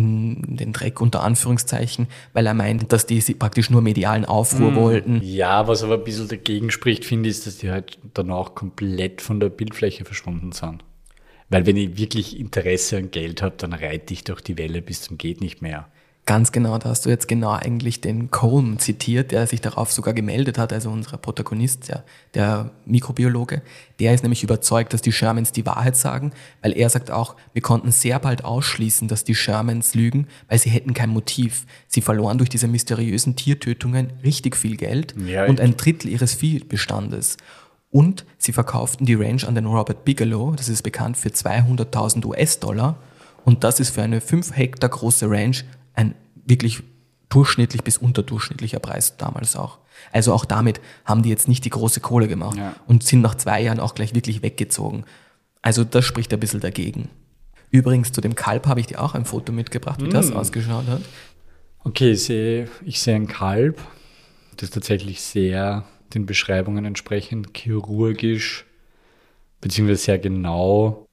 in den Dreck unter Anführungszeichen, weil er meint, dass die praktisch nur medialen Aufruhr wollten. Ja, was aber ein bisschen dagegen spricht, finde ich, ist, dass die halt danach komplett von der Bildfläche verschwunden sind. Weil wenn ich wirklich Interesse an Geld habe, dann reite ich doch die Welle bis zum geht nicht mehr. Ganz genau, da hast du jetzt genau eigentlich den Coleman zitiert, der sich darauf sogar gemeldet hat, also unser Protagonist, der Mikrobiologe. Der ist nämlich überzeugt, dass die Shermans die Wahrheit sagen, weil er sagt auch, wir konnten sehr bald ausschließen, dass die Shermans lügen, weil sie hätten kein Motiv. Sie verloren durch diese mysteriösen Tiertötungen richtig viel Geld und ein Drittel ihres Viehbestandes. Und sie verkauften die Ranch an den Robert Bigelow, das ist bekannt, für 200.000 US-Dollar. Und das ist für eine 5 Hektar große Ranch ein wirklich durchschnittlich bis unterdurchschnittlicher Preis damals auch. Also auch damit haben die jetzt nicht die große Kohle gemacht und sind nach 2 Jahren auch gleich wirklich weggezogen. Also das spricht ein bisschen dagegen. Übrigens zu dem Kalb habe ich dir auch ein Foto mitgebracht, wie das ausgeschaut hat. Okay, ich sehe ein Kalb, das tatsächlich sehr den Beschreibungen entsprechend chirurgisch beziehungsweise sehr genau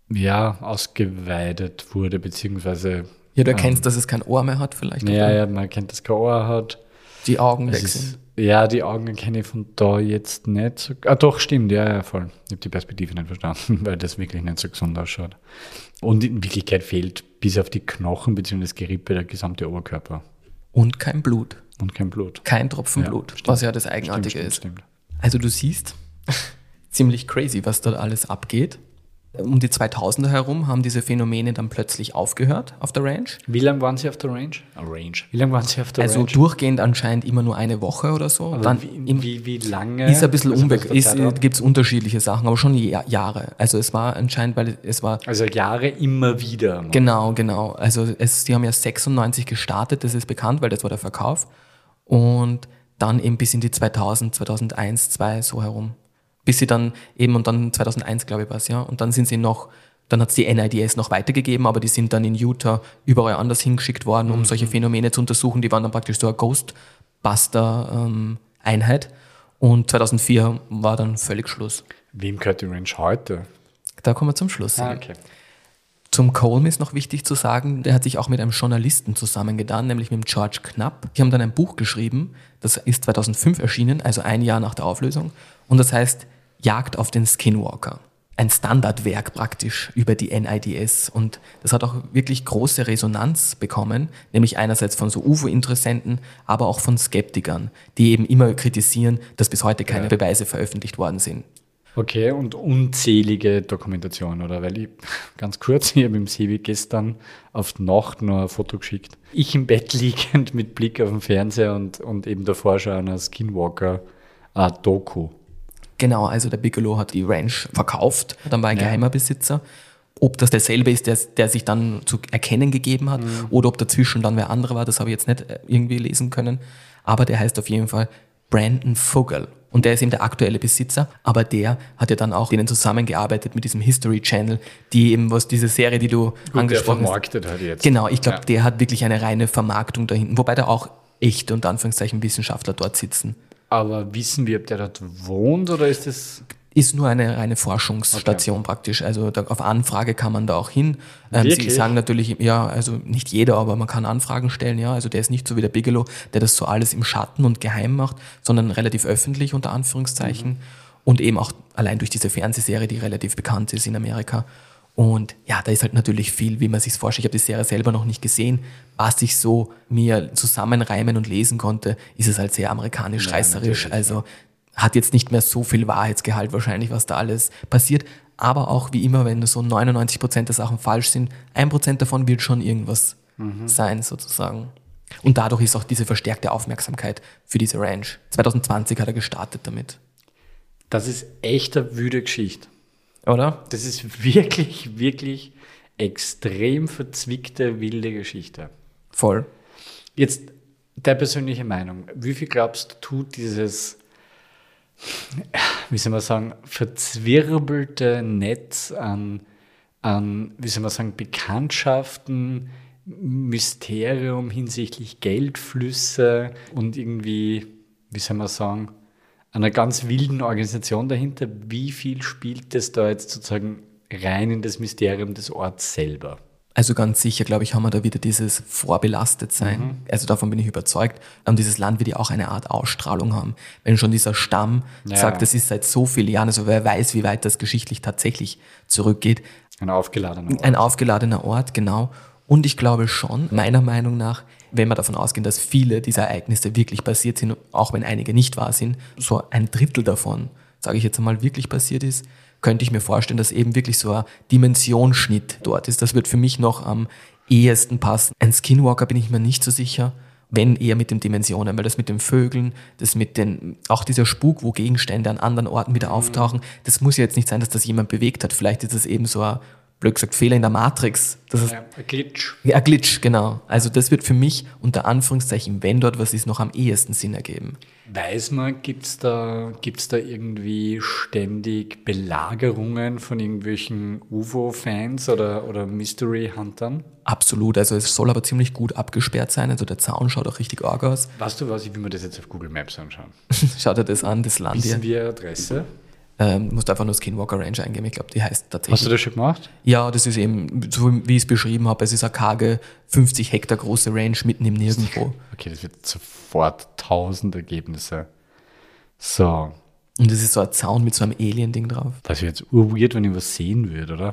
ausgeweidet wurde, beziehungsweise ja, du erkennst, dass es kein Ohr mehr hat vielleicht. Ja, man erkennt, dass es kein Ohr hat. Die Augen weg sind. Ja, die Augen erkenne ich von da jetzt nicht. Doch, stimmt, ja, voll. Ich habe die Perspektive nicht verstanden, weil das wirklich nicht so gesund ausschaut. Und in Wirklichkeit fehlt bis auf die Knochen bzw. das Gerippe der gesamte Oberkörper. Und kein Blut. Kein Tropfen Blut, stimmt. was ja das Eigenartige ist. Stimmt. Also du siehst, ziemlich crazy, was da alles abgeht. Um die 2000er herum haben diese Phänomene dann plötzlich aufgehört auf der Ranch. Wie lange waren Sie auf der Ranch? Wie lange waren Sie auf der Ranch? Also durchgehend anscheinend immer nur eine Woche oder so. Aber dann wie lange? Ist ein bisschen unbekannt. Gibt es unterschiedliche Sachen, aber schon Jahre. Also es war anscheinend, weil es war... Also Jahre immer wieder. Genau. Also die haben ja 96 gestartet, das ist bekannt, weil das war der Verkauf. Und dann eben bis in die 2000, 2001, 2002 so herum. Bis sie dann eben, und dann 2001, glaube ich, war es, ja. Und dann sind sie dann hat es die NIDS noch weitergegeben, aber die sind dann in Utah überall anders hingeschickt worden, um solche Phänomene zu untersuchen. Die waren dann praktisch so eine Ghostbuster-Einheit. Und 2004 war dann völlig Schluss. Wem gehört die Ranch heute? Da kommen wir zum Schluss. Okay. Zum Coleman ist noch wichtig zu sagen, der hat sich auch mit einem Journalisten zusammengetan, nämlich mit dem George Knapp. Die haben dann ein Buch geschrieben, das ist 2005 erschienen, also ein Jahr nach der Auflösung. Und das heißt Jagd auf den Skinwalker. Ein Standardwerk praktisch über die NIDS. Und das hat auch wirklich große Resonanz bekommen, nämlich einerseits von so UFO-Interessenten, aber auch von Skeptikern, die eben immer kritisieren, dass bis heute keine Beweise veröffentlicht worden sind. Okay, und unzählige Dokumentationen, oder? Weil ganz kurz, ich habe im Sebi gestern auf die Nacht noch ein Foto geschickt. Ich im Bett liegend mit Blick auf den Fernseher und eben davor schon einer Skinwalker-Doku. Genau, also der Bigelow hat die Ranch verkauft, dann war ein geheimer Besitzer Ob das derselbe ist, der sich dann zu erkennen gegeben hat, oder ob dazwischen dann wer andere war, das habe ich jetzt nicht irgendwie lesen können. Aber der heißt auf jeden Fall Brandon Fogel. Und der ist eben der aktuelle Besitzer, aber der hat ja dann auch denen zusammengearbeitet mit diesem History Channel, die eben diese Serie, die du angesprochen hast. Der vermarktet halt jetzt. Genau, ich glaube, der hat wirklich eine reine Vermarktung da hinten, wobei da auch echte, unter Anführungszeichen, Wissenschaftler dort sitzen. Aber wissen wir, ob der dort wohnt oder ist das... Ist nur eine reine Forschungsstation praktisch. Also auf Anfrage kann man da auch hin. Sie sagen natürlich, ja, also nicht jeder, aber man kann Anfragen stellen, ja. Also der ist nicht so wie der Bigelow, der das so alles im Schatten und geheim macht, sondern relativ öffentlich unter Anführungszeichen. Und eben auch allein durch diese Fernsehserie, die relativ bekannt ist in Amerika. Und ja, da ist halt natürlich viel, wie man sich vorstellt. Ich habe die Serie selber noch nicht gesehen. Was ich so mir zusammenreimen und lesen konnte, ist es halt sehr amerikanisch-reißerisch. Also hat jetzt nicht mehr so viel Wahrheitsgehalt wahrscheinlich, was da alles passiert. Aber auch wie immer, wenn so 99% der Sachen falsch sind, 1% davon wird schon irgendwas sein sozusagen. Und dadurch ist auch diese verstärkte Aufmerksamkeit für diese Ranch. 2020 hat er gestartet damit. Das ist echt eine wüde Geschichte. Oder? Das ist wirklich, wirklich extrem verzwickte, wilde Geschichte. Voll. Jetzt deine persönliche Meinung. Wie viel glaubst du, tut dieses, wie soll man sagen, verzwirbelte Netz an wie soll man sagen, Bekanntschaften, Mysterium hinsichtlich Geldflüsse und irgendwie, wie soll man sagen, einer ganz wilden Organisation dahinter, wie viel spielt das da jetzt sozusagen rein in das Mysterium des Orts selber? Also ganz sicher, glaube ich, haben wir da wieder dieses Vorbelastetsein. Also davon bin ich überzeugt. Und dieses Land wird ja auch eine Art Ausstrahlung haben. Wenn schon dieser Stamm sagt, das ist seit so vielen Jahren, also wer weiß, wie weit das geschichtlich tatsächlich zurückgeht. Ein aufgeladener Ort. Ein aufgeladener Ort, genau. Und ich glaube schon, meiner Meinung nach, wenn wir davon ausgehen, dass viele dieser Ereignisse wirklich passiert sind, auch wenn einige nicht wahr sind, so 1/3 davon, sage ich jetzt einmal, wirklich passiert ist, könnte ich mir vorstellen, dass eben wirklich so ein Dimensionsschnitt dort ist. Das wird für mich noch am ehesten passen. Ein Skinwalker bin ich mir nicht so sicher, wenn eher mit den Dimensionen, weil das mit den Vögeln, das mit den, auch dieser Spuk, wo Gegenstände an anderen Orten wieder auftauchen, das muss ja jetzt nicht sein, dass das jemand bewegt hat. Vielleicht ist es eben so ein, blöd gesagt, Fehler in der Matrix. Das ist, ein Glitch. Ja, ein Glitch, genau. Also das wird für mich unter Anführungszeichen, wenn dort was ist, noch am ehesten Sinn ergeben. Weiß man, gibt's da irgendwie ständig Belagerungen von irgendwelchen UFO-Fans oder Mystery-Huntern? Absolut, also es soll aber ziemlich gut abgesperrt sein, also der Zaun schaut auch richtig arg aus. Weißt du was, ich will mir das jetzt auf Google Maps anschauen. Schaut dir das an, das Land hier. Wissen wir Adresse? Musst einfach nur Skinwalker Ranch eingeben, ich glaube, die heißt tatsächlich. Hast du das schon gemacht? Ja, das ist eben, so wie ich es beschrieben habe, es ist eine karge, 50 Hektar große Ranch mitten im Nirgendwo. Okay, das wird sofort 1000 Ergebnisse. So. Und das ist so ein Zaun mit so einem Alien-Ding drauf. Das wäre jetzt urweird, wenn ich was sehen würde, oder?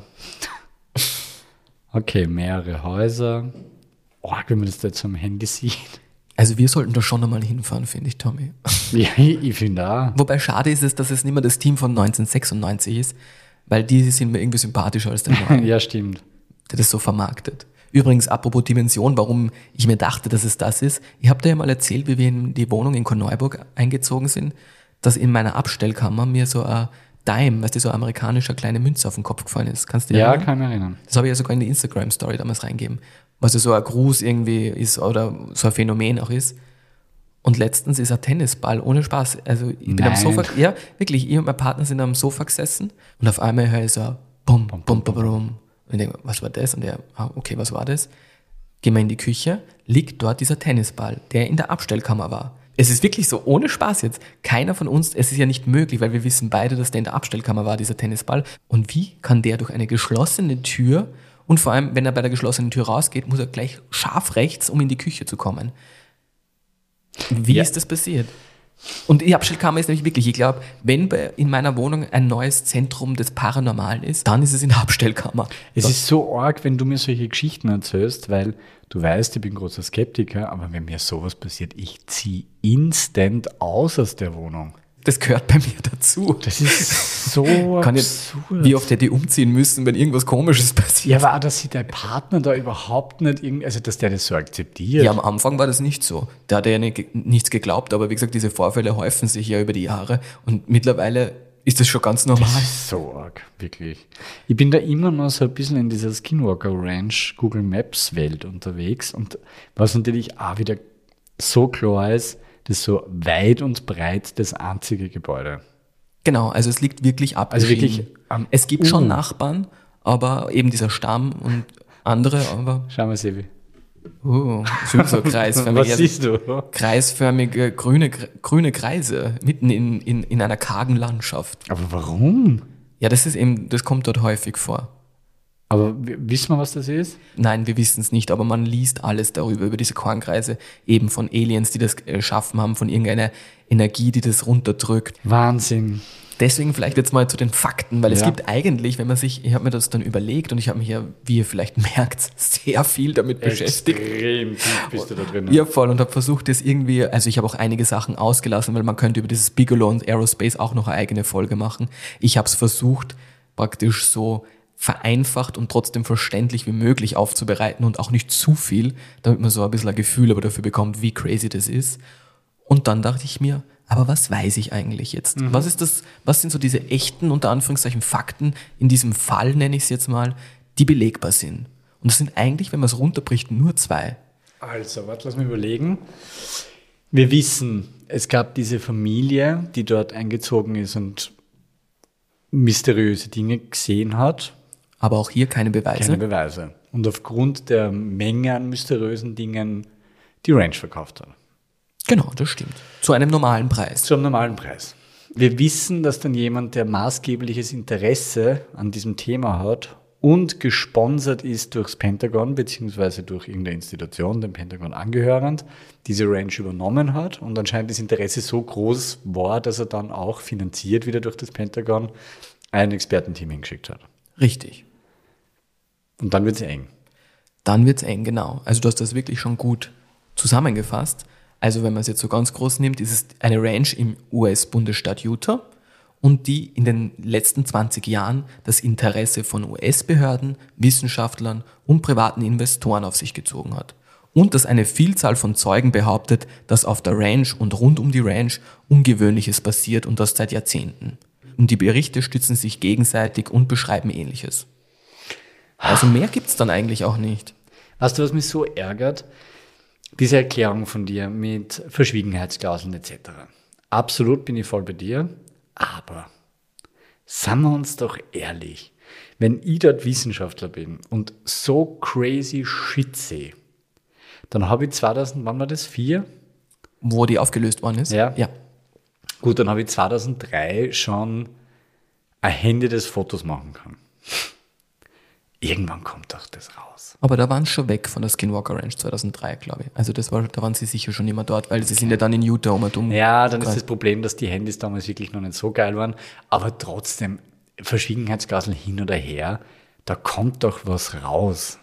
Okay, mehrere Häuser. Oh, wenn man das da jetzt am Handy sieht. Also wir sollten da schon einmal hinfahren, finde ich, Tommy. Ja, ich finde auch. Wobei schade ist es, dass es nicht mehr das Team von 1996 ist, weil die sind mir irgendwie sympathischer als der neue, Ja, stimmt. der das so vermarktet. Übrigens, apropos Dimension, warum ich mir dachte, dass es das ist. Ich habe dir ja mal erzählt, wie wir in die Wohnung in Korneuburg eingezogen sind, dass in meiner Abstellkammer mir so ein Dime, weißt du, so ein amerikanischer kleine Münze auf den Kopf gefallen ist. Kannst du dir erinnern? Ja, kann ich mich erinnern. Das habe ich ja sogar in die Instagram-Story damals reingeben. Was ja so ein Gruß irgendwie ist oder so ein Phänomen auch ist. Und letztens ist ein Tennisball, ohne Spaß. Also ich bin am Sofa, ja, wirklich, ich und mein Partner sind am Sofa gesessen und auf einmal höre ich so bum, bum, bum, bum. Und ich denke, was war das? Und er, okay, was war das? Gehen wir in die Küche, liegt dort dieser Tennisball, der in der Abstellkammer war. Es ist wirklich so, ohne Spaß jetzt. Keiner von uns, es ist ja nicht möglich, weil wir wissen beide, dass der in der Abstellkammer war, dieser Tennisball. Und wie kann der durch eine geschlossene Tür, und vor allem, wenn er bei der geschlossenen Tür rausgeht, muss er gleich scharf rechts, um in die Küche zu kommen. Wie ist das passiert? Und die Abstellkammer ist nämlich wirklich, ich glaube, wenn in meiner Wohnung ein neues Zentrum des Paranormalen ist, dann ist es in der Abstellkammer. Es ist so arg, wenn du mir solche Geschichten erzählst, weil du weißt, ich bin großer Skeptiker, aber wenn mir sowas passiert, ich ziehe instant aus der Wohnung. Das gehört bei mir dazu. Das ist so absurd. Wie oft hätte ich umziehen müssen, wenn irgendwas Komisches passiert? Ja, aber auch, dass sich der Partner da überhaupt nicht, also dass der das so akzeptiert. Ja, am Anfang war das nicht so. Der hat ja nichts geglaubt, aber wie gesagt, diese Vorfälle häufen sich ja über die Jahre und mittlerweile ist das schon ganz normal. Das ist so arg, wirklich. Ich bin da immer noch so ein bisschen in dieser Skinwalker Ranch Google Maps Welt unterwegs und was natürlich auch wieder so klar ist, das ist so weit und breit das einzige Gebäude. Genau, also es liegt wirklich abgeschieden. Also wirklich es gibt schon Nachbarn, aber eben dieser Stamm und andere, aber Schau mal, Sevi. sind so kreisförmige, Was siehst du? kreisförmige grüne Kreise mitten in einer kargen Landschaft. Aber warum? Ja, das kommt dort häufig vor. Aber wissen wir, was das ist? Nein, wir wissen es nicht, aber man liest alles darüber, über diese Kornkreise, eben von Aliens, die das geschaffen haben, von irgendeiner Energie, die das runterdrückt. Wahnsinn. Deswegen vielleicht jetzt mal zu den Fakten, weil es Ja. gibt eigentlich, ich habe mir das dann überlegt und ich habe mich ja, wie ihr vielleicht merkt, sehr viel damit beschäftigt. Extrem tief bist du da drin. Ja, voll, und habe versucht, das irgendwie, also ich habe auch einige Sachen ausgelassen, weil man könnte über dieses Bigelow und Aerospace auch noch eine eigene Folge machen. Ich habe es versucht, praktisch so vereinfacht und trotzdem verständlich wie möglich aufzubereiten und auch nicht zu viel, damit man so ein bisschen ein Gefühl aber dafür bekommt, wie crazy das ist. Und dann dachte ich mir, aber was weiß ich eigentlich jetzt? Was ist das, was sind so diese echten, unter Anführungszeichen, Fakten, in diesem Fall nenne ich es jetzt mal, die belegbar sind? Und das sind eigentlich, wenn man es runterbricht, nur 2. Also, warte, lass mich überlegen. Wir wissen, es gab diese Familie, die dort eingezogen ist und mysteriöse Dinge gesehen hat. Aber auch hier keine Beweise. Keine Beweise. Und aufgrund der Menge an mysteriösen Dingen die Ranch verkauft hat. Genau, das stimmt. Zu einem normalen Preis. Zu einem normalen Preis. Wir wissen, dass dann jemand, der maßgebliches Interesse an diesem Thema hat und gesponsert ist durchs Pentagon beziehungsweise durch irgendeine Institution, dem Pentagon angehörend, diese Ranch übernommen hat und anscheinend das Interesse so groß war, dass er dann auch finanziert wieder durch das Pentagon ein Expertenteam hingeschickt hat. Richtig. Und dann wird es eng. Dann wird's eng, genau. Also du hast das wirklich schon gut zusammengefasst. Also wenn man es jetzt so ganz groß nimmt, ist es eine Ranch im US-Bundesstaat Utah und die in den letzten 20 Jahren das Interesse von US-Behörden, Wissenschaftlern und privaten Investoren auf sich gezogen hat. Und dass eine Vielzahl von Zeugen behauptet, dass auf der Ranch und rund um die Ranch Ungewöhnliches passiert und das seit Jahrzehnten. Und die Berichte stützen sich gegenseitig und beschreiben Ähnliches. Also mehr gibt's dann eigentlich auch nicht. Weißt du, was mich so ärgert? Diese Erklärung von dir mit Verschwiegenheitsklauseln etc. Absolut bin ich voll bei dir, aber seien wir uns doch ehrlich, wenn ich dort Wissenschaftler bin und so crazy shit sehe, dann habe ich 2000, wann war das, 4? Wo die aufgelöst worden ist? Ja. Ja. Gut, dann habe ich 2003 schon ein Handy des Fotos machen können. Irgendwann kommt doch das raus. Aber da waren sie schon weg von der Skinwalker Ranch 2003, glaube ich. Also da waren sie sicher schon immer dort, weil sie sind ja dann in Utah um. Ja, dann ist das Problem, dass die Handys damals wirklich noch nicht so geil waren. Aber trotzdem, Verschwiegenheitsklauseln hin oder her, da kommt doch was raus.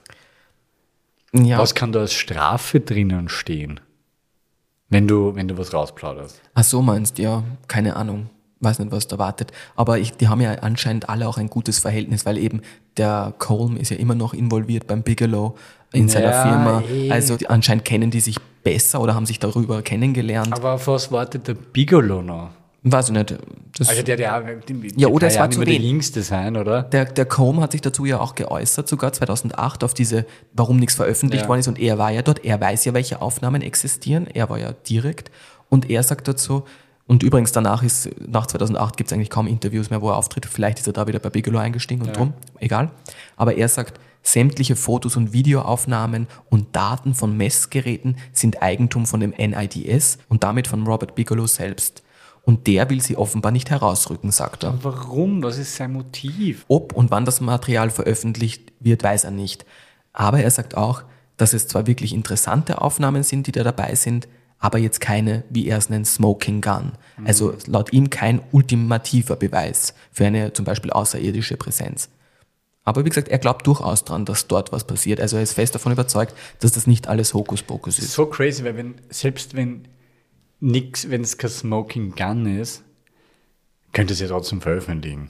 Ja. Was kann da als Strafe drinnen stehen, wenn du was rausplauderst? Ach so meinst, ja, keine Ahnung. Weiß nicht, was da wartet. Aber die haben ja anscheinend alle auch ein gutes Verhältnis, weil eben der Colm ist ja immer noch involviert beim Bigelow in seiner Firma. Also anscheinend kennen die sich besser oder haben sich darüber kennengelernt. Aber auf was wartet der Bigelow noch? Weiß ich nicht. Also der Ja, oder es war zu immer der wenig. Jüngste sein, oder? Der Colm hat sich dazu ja auch geäußert, sogar 2008, auf diese, warum nichts veröffentlicht Ja. worden ist. Und er war ja dort, er weiß ja, welche Aufnahmen existieren. Er war ja direkt. Und er sagt dazu, und übrigens nach 2008 gibt es eigentlich kaum Interviews mehr, wo er auftritt. Vielleicht ist er da wieder bei Bigelow eingestiegen und drum, egal. Aber er sagt, sämtliche Fotos und Videoaufnahmen und Daten von Messgeräten sind Eigentum von dem NIDS und damit von Robert Bigelow selbst. Und der will sie offenbar nicht herausrücken, sagt er. Warum? Was ist sein Motiv? Ob und wann das Material veröffentlicht wird, weiß er nicht. Aber er sagt auch, dass es zwar wirklich interessante Aufnahmen sind, die da dabei sind, aber jetzt keine, wie er es nennt, Smoking Gun. Also laut ihm kein ultimativer Beweis für eine zum Beispiel außerirdische Präsenz. Aber wie gesagt, er glaubt durchaus dran, dass dort was passiert. Also er ist fest davon überzeugt, dass das nicht alles Hokuspokus ist. So crazy, weil selbst wenn es kein Smoking Gun ist, könnte es ja trotzdem veröffentlichen.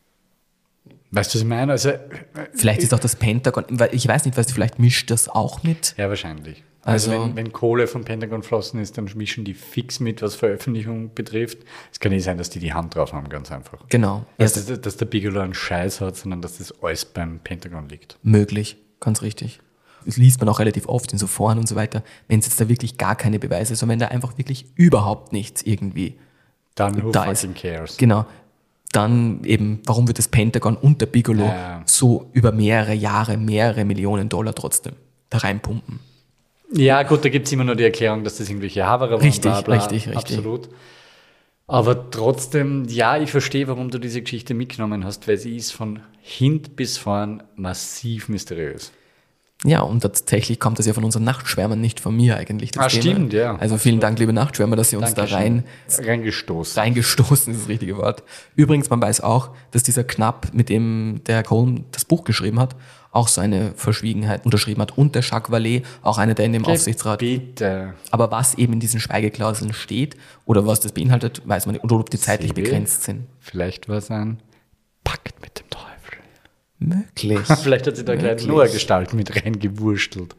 Weißt du, was ich meine? Also, Vielleicht ist auch das Pentagon, weil ich weiß nicht, vielleicht mischt das auch mit. ja, wahrscheinlich. Also wenn Kohle vom Pentagon flossen ist, dann mischen die fix mit, was Veröffentlichung betrifft. Es kann nicht sein, dass die Hand drauf haben, ganz einfach. Genau. Dass der Bigelow einen Scheiß hat, sondern dass das alles beim Pentagon liegt. Möglich, ganz richtig. Das liest man auch relativ oft in so Foren und so weiter, wenn es jetzt da wirklich gar keine Beweise, sondern wenn da einfach wirklich überhaupt nichts irgendwie Dann who da fucking ist. cares? Genau. Dann eben, warum wird das Pentagon und der Bigelow so über mehrere Jahre, mehrere Millionen $Dollar trotzdem da reinpumpen? Ja, gut, da gibt es immer nur die Erklärung, dass das irgendwelche Haverer waren. Richtig, bla, bla, richtig. Absolut. Aber trotzdem, ja, ich verstehe, warum du diese Geschichte mitgenommen hast, weil sie ist von hint bis vorn massiv mysteriös. Ja, und tatsächlich kommt das ja von unseren Nachtschwärmern, nicht von mir eigentlich. Das Thema. Stimmt, ja. Also vielen Dank, liebe Nachtschwärmer, dass ihr uns Dankeschön. da reingestoßen ist das richtige Wort. Übrigens, man weiß auch, dass dieser Knapp, mit dem der Cohn das Buch geschrieben hat, auch so eine Verschwiegenheit unterschrieben hat. Und der Jacques Vallée, auch einer, der in dem Aufsichtsrat. Bitte. Aber was eben in diesen Schweigeklauseln steht oder was das beinhaltet, weiß man nicht. Oder ob die zeitlich begrenzt sind. Vielleicht war es ein Pakt mit dem Teufel. Möglich. Vielleicht hat sie da gleich nur eine Gestalt mit reingewurstelt.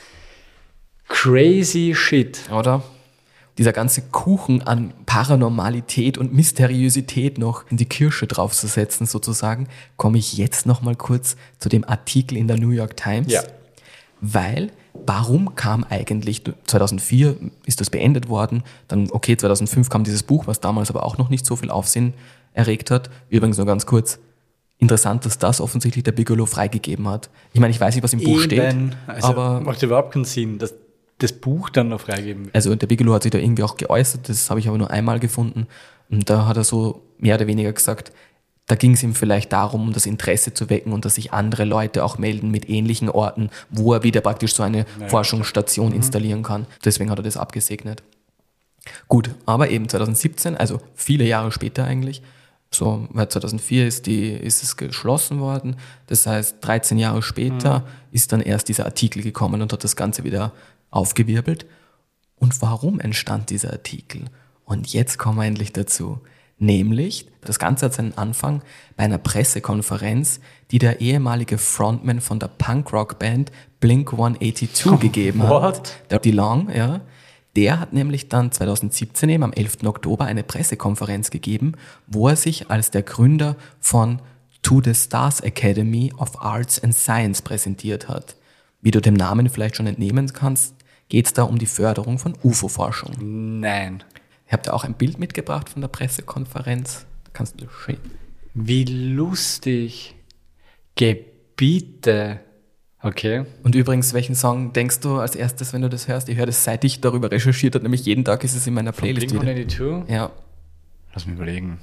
Crazy shit. Oder? Dieser ganze Kuchen an Paranormalität und Mysteriosität noch in die Kirsche draufzusetzen, sozusagen, komme ich jetzt noch mal kurz zu dem Artikel in der New York Times. Ja. Weil, warum kam eigentlich, 2004 ist das beendet worden, dann, okay, 2005 kam dieses Buch, was damals aber auch noch nicht so viel Aufsehen erregt hat. Übrigens nur ganz kurz, interessant, dass das offensichtlich der Bigelow freigegeben hat. Ich meine, ich weiß nicht, was im Buch steht, also aber macht überhaupt keinen Sinn, dass das Buch dann noch freigeben wird. also der Bigelow hat sich da irgendwie auch geäußert, das habe ich aber nur einmal gefunden. Und da hat er so mehr oder weniger gesagt, da ging es ihm vielleicht darum, um das Interesse zu wecken und dass sich andere Leute auch melden mit ähnlichen Orten, wo er wieder praktisch so eine Forschungsstation installieren kann. Deswegen hat er das abgesegnet. Gut, aber eben 2017, also viele Jahre später eigentlich, so, weil 2004 ist es geschlossen worden. Das heißt, 13 Jahre später ist dann erst dieser Artikel gekommen und hat das Ganze wieder aufgewirbelt. Und warum entstand dieser Artikel? Und jetzt kommen wir endlich dazu. Nämlich, das Ganze hat seinen Anfang bei einer Pressekonferenz, die der ehemalige Frontman von der Punkrock-Band Blink-182 gegeben hat. Der DeLonge, ja. Der hat nämlich dann 2017 eben am 11. Oktober eine Pressekonferenz gegeben, wo er sich als der Gründer von To the Stars Academy of Arts and Science präsentiert hat. Wie du dem Namen vielleicht schon entnehmen kannst, geht es da um die Förderung von UFO-Forschung. Nein. Ich habe da auch ein Bild mitgebracht von der Pressekonferenz. Da kannst du sehen. Wie lustig. Gebiete. Okay. Und übrigens, welchen Song denkst du als erstes, wenn du das hörst? Ich höre das, seit ich darüber recherchiert habe, nämlich jeden Tag ist es in meiner Playlist wieder. Blink-182? Ja. Lass mich überlegen.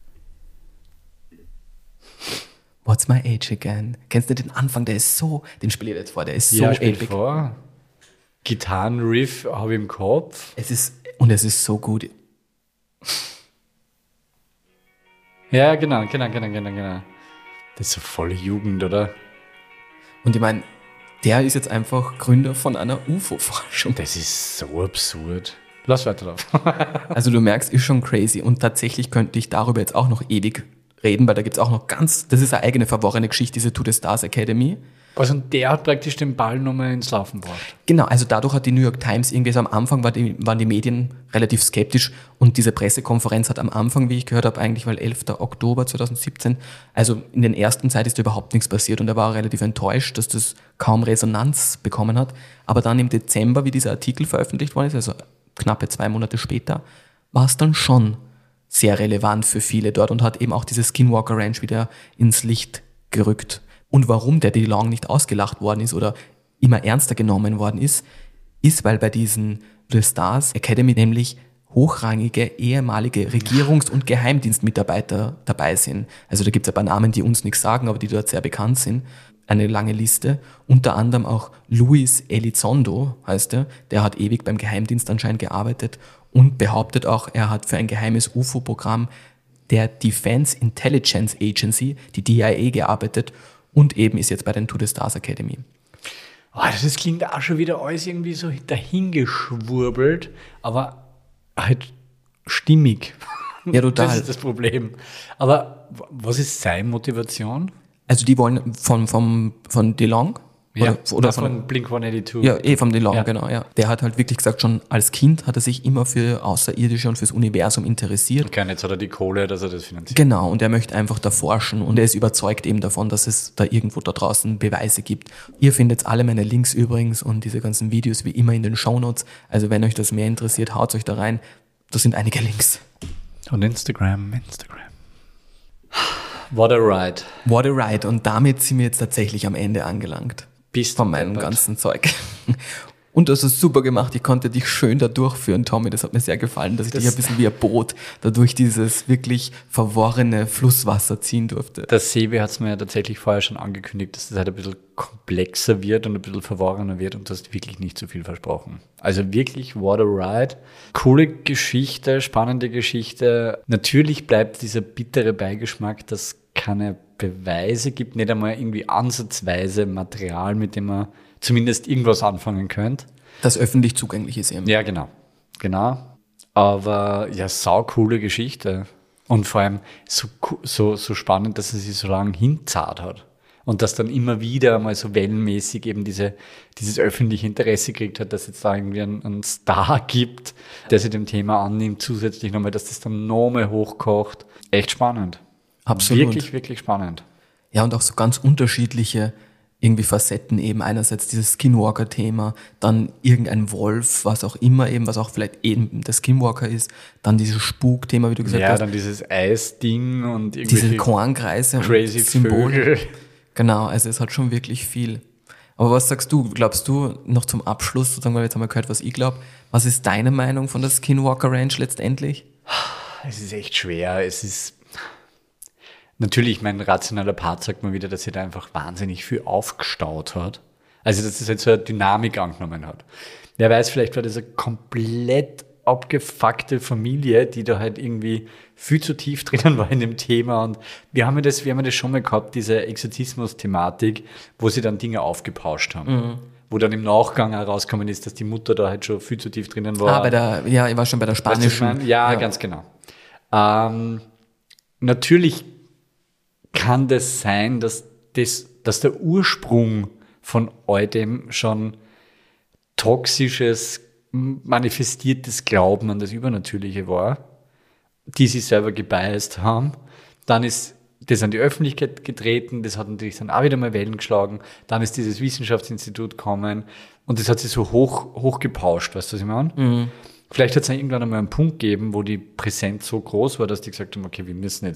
What's My Age Again? Kennst du den Anfang? Der ist so, den spiele ich jetzt vor, der ist so spiel epic. vor. Gitarrenriff habe ich im Kopf. Es ist so gut. Ja, genau. Das ist so voll Jugend, oder? Und ich meine, der ist jetzt einfach Gründer von einer UFO-Forschung. Das ist so absurd. Lass weiter drauf. Also du merkst, ist schon crazy. Und tatsächlich könnte ich darüber jetzt auch noch ewig reden, weil da gibt es auch noch das ist eine eigene verworrene Geschichte, diese To the Stars Academy. Also der hat praktisch den Ball nochmal ins Laufen gebracht. Genau, also dadurch hat die New York Times irgendwie so am Anfang waren die Medien relativ skeptisch und diese Pressekonferenz hat am Anfang, wie ich gehört habe, eigentlich, weil 11. Oktober 2017, also in den ersten Zeit ist da überhaupt nichts passiert und er war relativ enttäuscht, dass das kaum Resonanz bekommen hat. Aber dann im Dezember, wie dieser Artikel veröffentlicht worden ist, also knappe 2 Monate später, war es dann schon sehr relevant für viele dort und hat eben auch diese Skinwalker Ranch wieder ins Licht gerückt. Und warum der DeLonge nicht ausgelacht worden ist oder immer ernster genommen worden ist, weil bei diesen The Stars Academy nämlich hochrangige ehemalige Regierungs- und Geheimdienstmitarbeiter dabei sind. Also da gibt es ein paar Namen, die uns nichts sagen, aber die dort sehr bekannt sind. Eine lange Liste. Unter anderem auch Luis Elizondo heißt er. Der hat ewig beim Geheimdienst anscheinend gearbeitet und behauptet auch, er hat für ein geheimes UFO-Programm der Defense Intelligence Agency, die DIA, gearbeitet und eben ist jetzt bei den To the Stars Academy. Oh, das klingt auch schon wieder alles irgendwie so dahingeschwurbelt, aber halt stimmig. Ja, total. Das ist das Problem. Aber was ist seine Motivation? Also die wollen von DeLonge, Oder von Blink-182. Ja, vom DeLong, Ja. genau, ja. Der hat halt wirklich gesagt, schon als Kind hat er sich immer für Außerirdische und fürs Universum interessiert. Okay, und jetzt hat er die Kohle, dass er das finanziert. Genau, und er möchte einfach da forschen und er ist überzeugt eben davon, dass es da irgendwo da draußen Beweise gibt. Ihr findet alle meine Links übrigens und diese ganzen Videos wie immer in den Shownotes. Also wenn euch das mehr interessiert, haut euch da rein. Da sind einige Links. Und Instagram. What a ride. What a ride. Und damit sind wir jetzt tatsächlich am Ende angelangt. Bist Von du meinem deppert. ganzen Zeug. Und das ist super gemacht. Ich konnte dich schön da durchführen, Tommy. Das hat mir sehr gefallen, dass ich dich ein bisschen wie ein Boot da durch dieses wirklich verworrene Flusswasser ziehen durfte. Der Sebi hat es mir ja tatsächlich vorher schon angekündigt, dass das halt ein bisschen komplexer wird und ein bisschen verworrener wird und du hast wirklich nicht so viel versprochen. Also wirklich, what a ride. Coole Geschichte, spannende Geschichte. Natürlich bleibt dieser bittere Beigeschmack, dass es keine Beweise gibt, nicht einmal irgendwie ansatzweise Material, mit dem man zumindest irgendwas anfangen könnte. Das öffentlich zugänglich ist eben. Ja, genau. Aber ja, saucoole Geschichte. Und vor allem so spannend, dass er sich so lange hinzahlt hat. Und dass dann immer wieder mal so wellenmäßig eben dieses öffentliche Interesse gekriegt hat, dass es jetzt da irgendwie einen Star gibt, der sich dem Thema annimmt, zusätzlich nochmal, dass das dann nochmal hochkocht. Echt spannend. Absolut. Wirklich, wirklich spannend. Ja, und auch so ganz unterschiedliche irgendwie Facetten eben. Einerseits dieses Skinwalker-Thema, dann irgendein Wolf, was auch immer eben, was auch vielleicht eben der Skinwalker ist, dann dieses Spuk-Thema, wie du gesagt Ja, hast. dann dieses Eisding und Diese irgendwelche Kornkreise crazy und Symbole. Vögel. Genau, also es hat schon wirklich viel. Aber was sagst du? Glaubst du noch zum Abschluss, sozusagen, weil wir jetzt haben wir gehört, was ich glaube, was ist deine Meinung von der Skinwalker Ranch letztendlich? Es ist echt schwer. Es ist natürlich, mein rationaler Part sagt mir wieder, dass sie da einfach wahnsinnig viel aufgestaut hat. Also, dass es halt so eine Dynamik angenommen hat. Wer weiß, vielleicht war das eine komplett abgefuckte Familie, die da halt irgendwie viel zu tief drinnen war in dem Thema. Und wir haben ja das schon mal gehabt, diese Exorzismus-Thematik, wo sie dann Dinge aufgepauscht haben. Mhm. Wo dann im Nachgang herausgekommen ist, dass die Mutter da halt schon viel zu tief drinnen war. Ich war schon bei der Weißt du, was ich spanischen. meine? Ja, ganz genau. Natürlich kann das sein, dass der Ursprung von all dem schon toxisches, manifestiertes Glauben an das Übernatürliche war, die sie selber gebeißt haben. Dann ist das an die Öffentlichkeit getreten, das hat natürlich dann auch wieder mal Wellen geschlagen. Dann ist dieses Wissenschaftsinstitut gekommen und das hat sich so hochgepauscht, weißt du, was ich meine? Mhm. Vielleicht hat es dann irgendwann einmal einen Punkt gegeben, wo die Präsenz so groß war, dass die gesagt haben, okay, wir müssen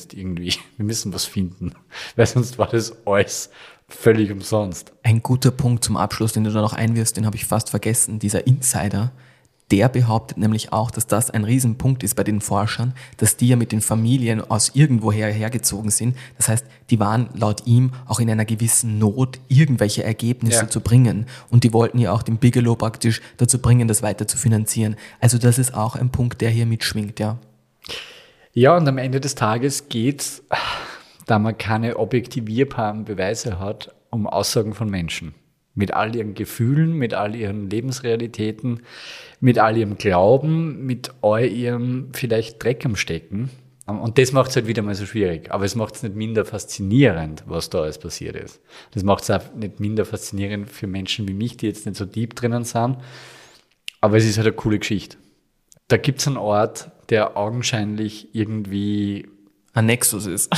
was finden, weil sonst war das alles völlig umsonst. Ein guter Punkt zum Abschluss, den du da noch einwirfst, den habe ich fast vergessen. Dieser Insider, der behauptet nämlich auch, dass das ein Riesenpunkt ist bei den Forschern, dass die ja mit den Familien aus irgendwoher hergezogen sind. Das heißt, die waren laut ihm auch in einer gewissen Not, irgendwelche Ergebnisse zu bringen. Und die wollten ja auch den Bigelow praktisch dazu bringen, das weiter zu finanzieren. Also das ist auch ein Punkt, der hier mitschwingt, ja. Ja, und am Ende des Tages geht's, da man keine objektivierbaren Beweise hat, um Aussagen von Menschen. Mit all ihren Gefühlen, mit all ihren Lebensrealitäten, mit all ihrem Glauben, mit all ihrem vielleicht Dreck am Stecken. Und das macht es halt wieder mal so schwierig. Aber es macht es nicht minder faszinierend, was da alles passiert ist. Das macht es auch nicht minder faszinierend für Menschen wie mich, die jetzt nicht so deep drinnen sind. Aber es ist halt eine coole Geschichte. Da gibt es einen Ort, der augenscheinlich irgendwie ein Nexus ist.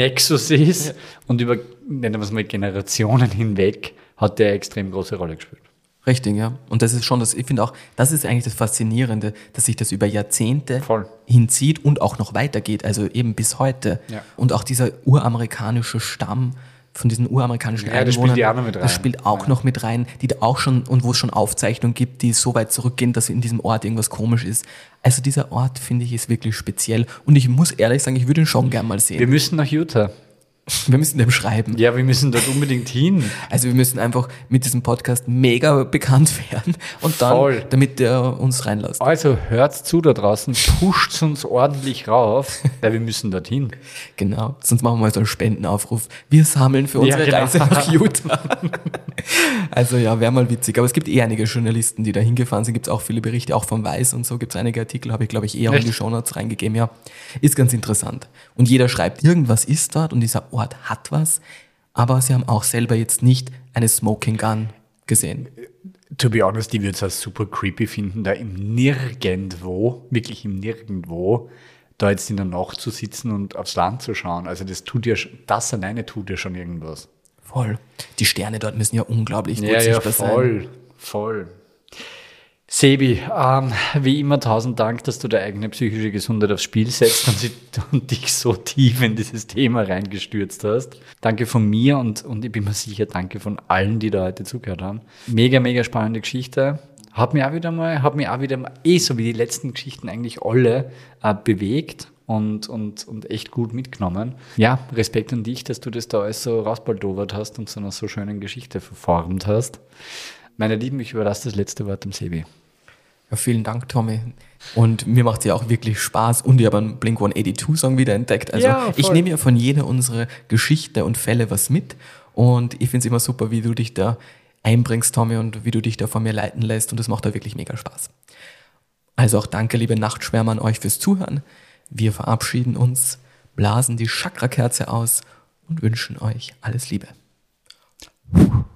Ja. Und über, nennen wir es mal, Generationen hinweg hat der extrem große Rolle gespielt. Richtig, ja. Und das ist schon ich finde auch, das ist eigentlich das Faszinierende, dass sich das über Jahrzehnte hinzieht und auch noch weitergeht, also eben bis heute. Ja. Und auch dieser uramerikanische Stamm von diesen uramerikanischen Einwohnern, das spielt auch noch mit rein, die da auch schon, und wo es schon Aufzeichnungen gibt, die so weit zurückgehen, dass in diesem Ort irgendwas komisch ist. Also dieser Ort, finde ich, ist wirklich speziell. Und ich muss ehrlich sagen, ich würde ihn schon gern mal sehen. Wir müssen nach Utah. Wir müssen dem schreiben. Ja, wir müssen dort unbedingt hin. Also wir müssen einfach mit diesem Podcast mega bekannt werden und dann, damit der uns reinlässt. Also hört zu da draußen, pusht uns ordentlich rauf, weil wir müssen dorthin. Genau, sonst machen wir mal so einen Spendenaufruf. Wir sammeln für unsere Reise nach Utah. Also ja, wäre mal witzig. Aber es gibt einige Journalisten, die da hingefahren sind. Gibt es auch viele Berichte, auch vom Weiß und so. Gibt es einige Artikel, habe ich glaube ich auch in die Shownotes reingegeben. Ja, ist ganz interessant. Und jeder schreibt, irgendwas ist dort und dieser Ort hat was. aber sie haben auch selber jetzt nicht eine Smoking Gun gesehen. To be honest, ich würde es auch super creepy finden, da im Nirgendwo, wirklich im Nirgendwo, da jetzt in der Nacht zu sitzen und aufs Land zu schauen. Also das alleine tut ja schon irgendwas. Voll. Die Sterne dort müssen ja unglaublich gut sichtbar sein. Voll. Sebi, wie immer 1000 Dank, dass du deine eigene psychische Gesundheit aufs Spiel setzt und dich so tief in dieses Thema reingestürzt hast. Danke von mir und ich bin mir sicher, danke von allen, die da heute zugehört haben. Mega, mega spannende Geschichte. Hat mich auch wieder mal, so wie die letzten Geschichten eigentlich alle, bewegt und echt gut mitgenommen. Ja, Respekt an dich, dass du das da alles so rausbaldowert hast und zu einer so schönen Geschichte verformt hast. Meine Lieben, ich überlasse das letzte Wort dem Sebi. Ja, vielen Dank, Tommy. Und mir macht es ja auch wirklich Spaß. Und ich habe einen Blink-182-Song wieder entdeckt. Also ja, ich nehme ja von jeder unserer Geschichte und Fälle was mit. Und ich finde es immer super, wie du dich da einbringst, Tommy, und wie du dich da von mir leiten lässt. Und das macht da wirklich mega Spaß. Also auch danke, liebe Nachtschwärmer, an euch fürs Zuhören. Wir verabschieden uns, blasen die Chakra-Kerze aus und wünschen euch alles Liebe.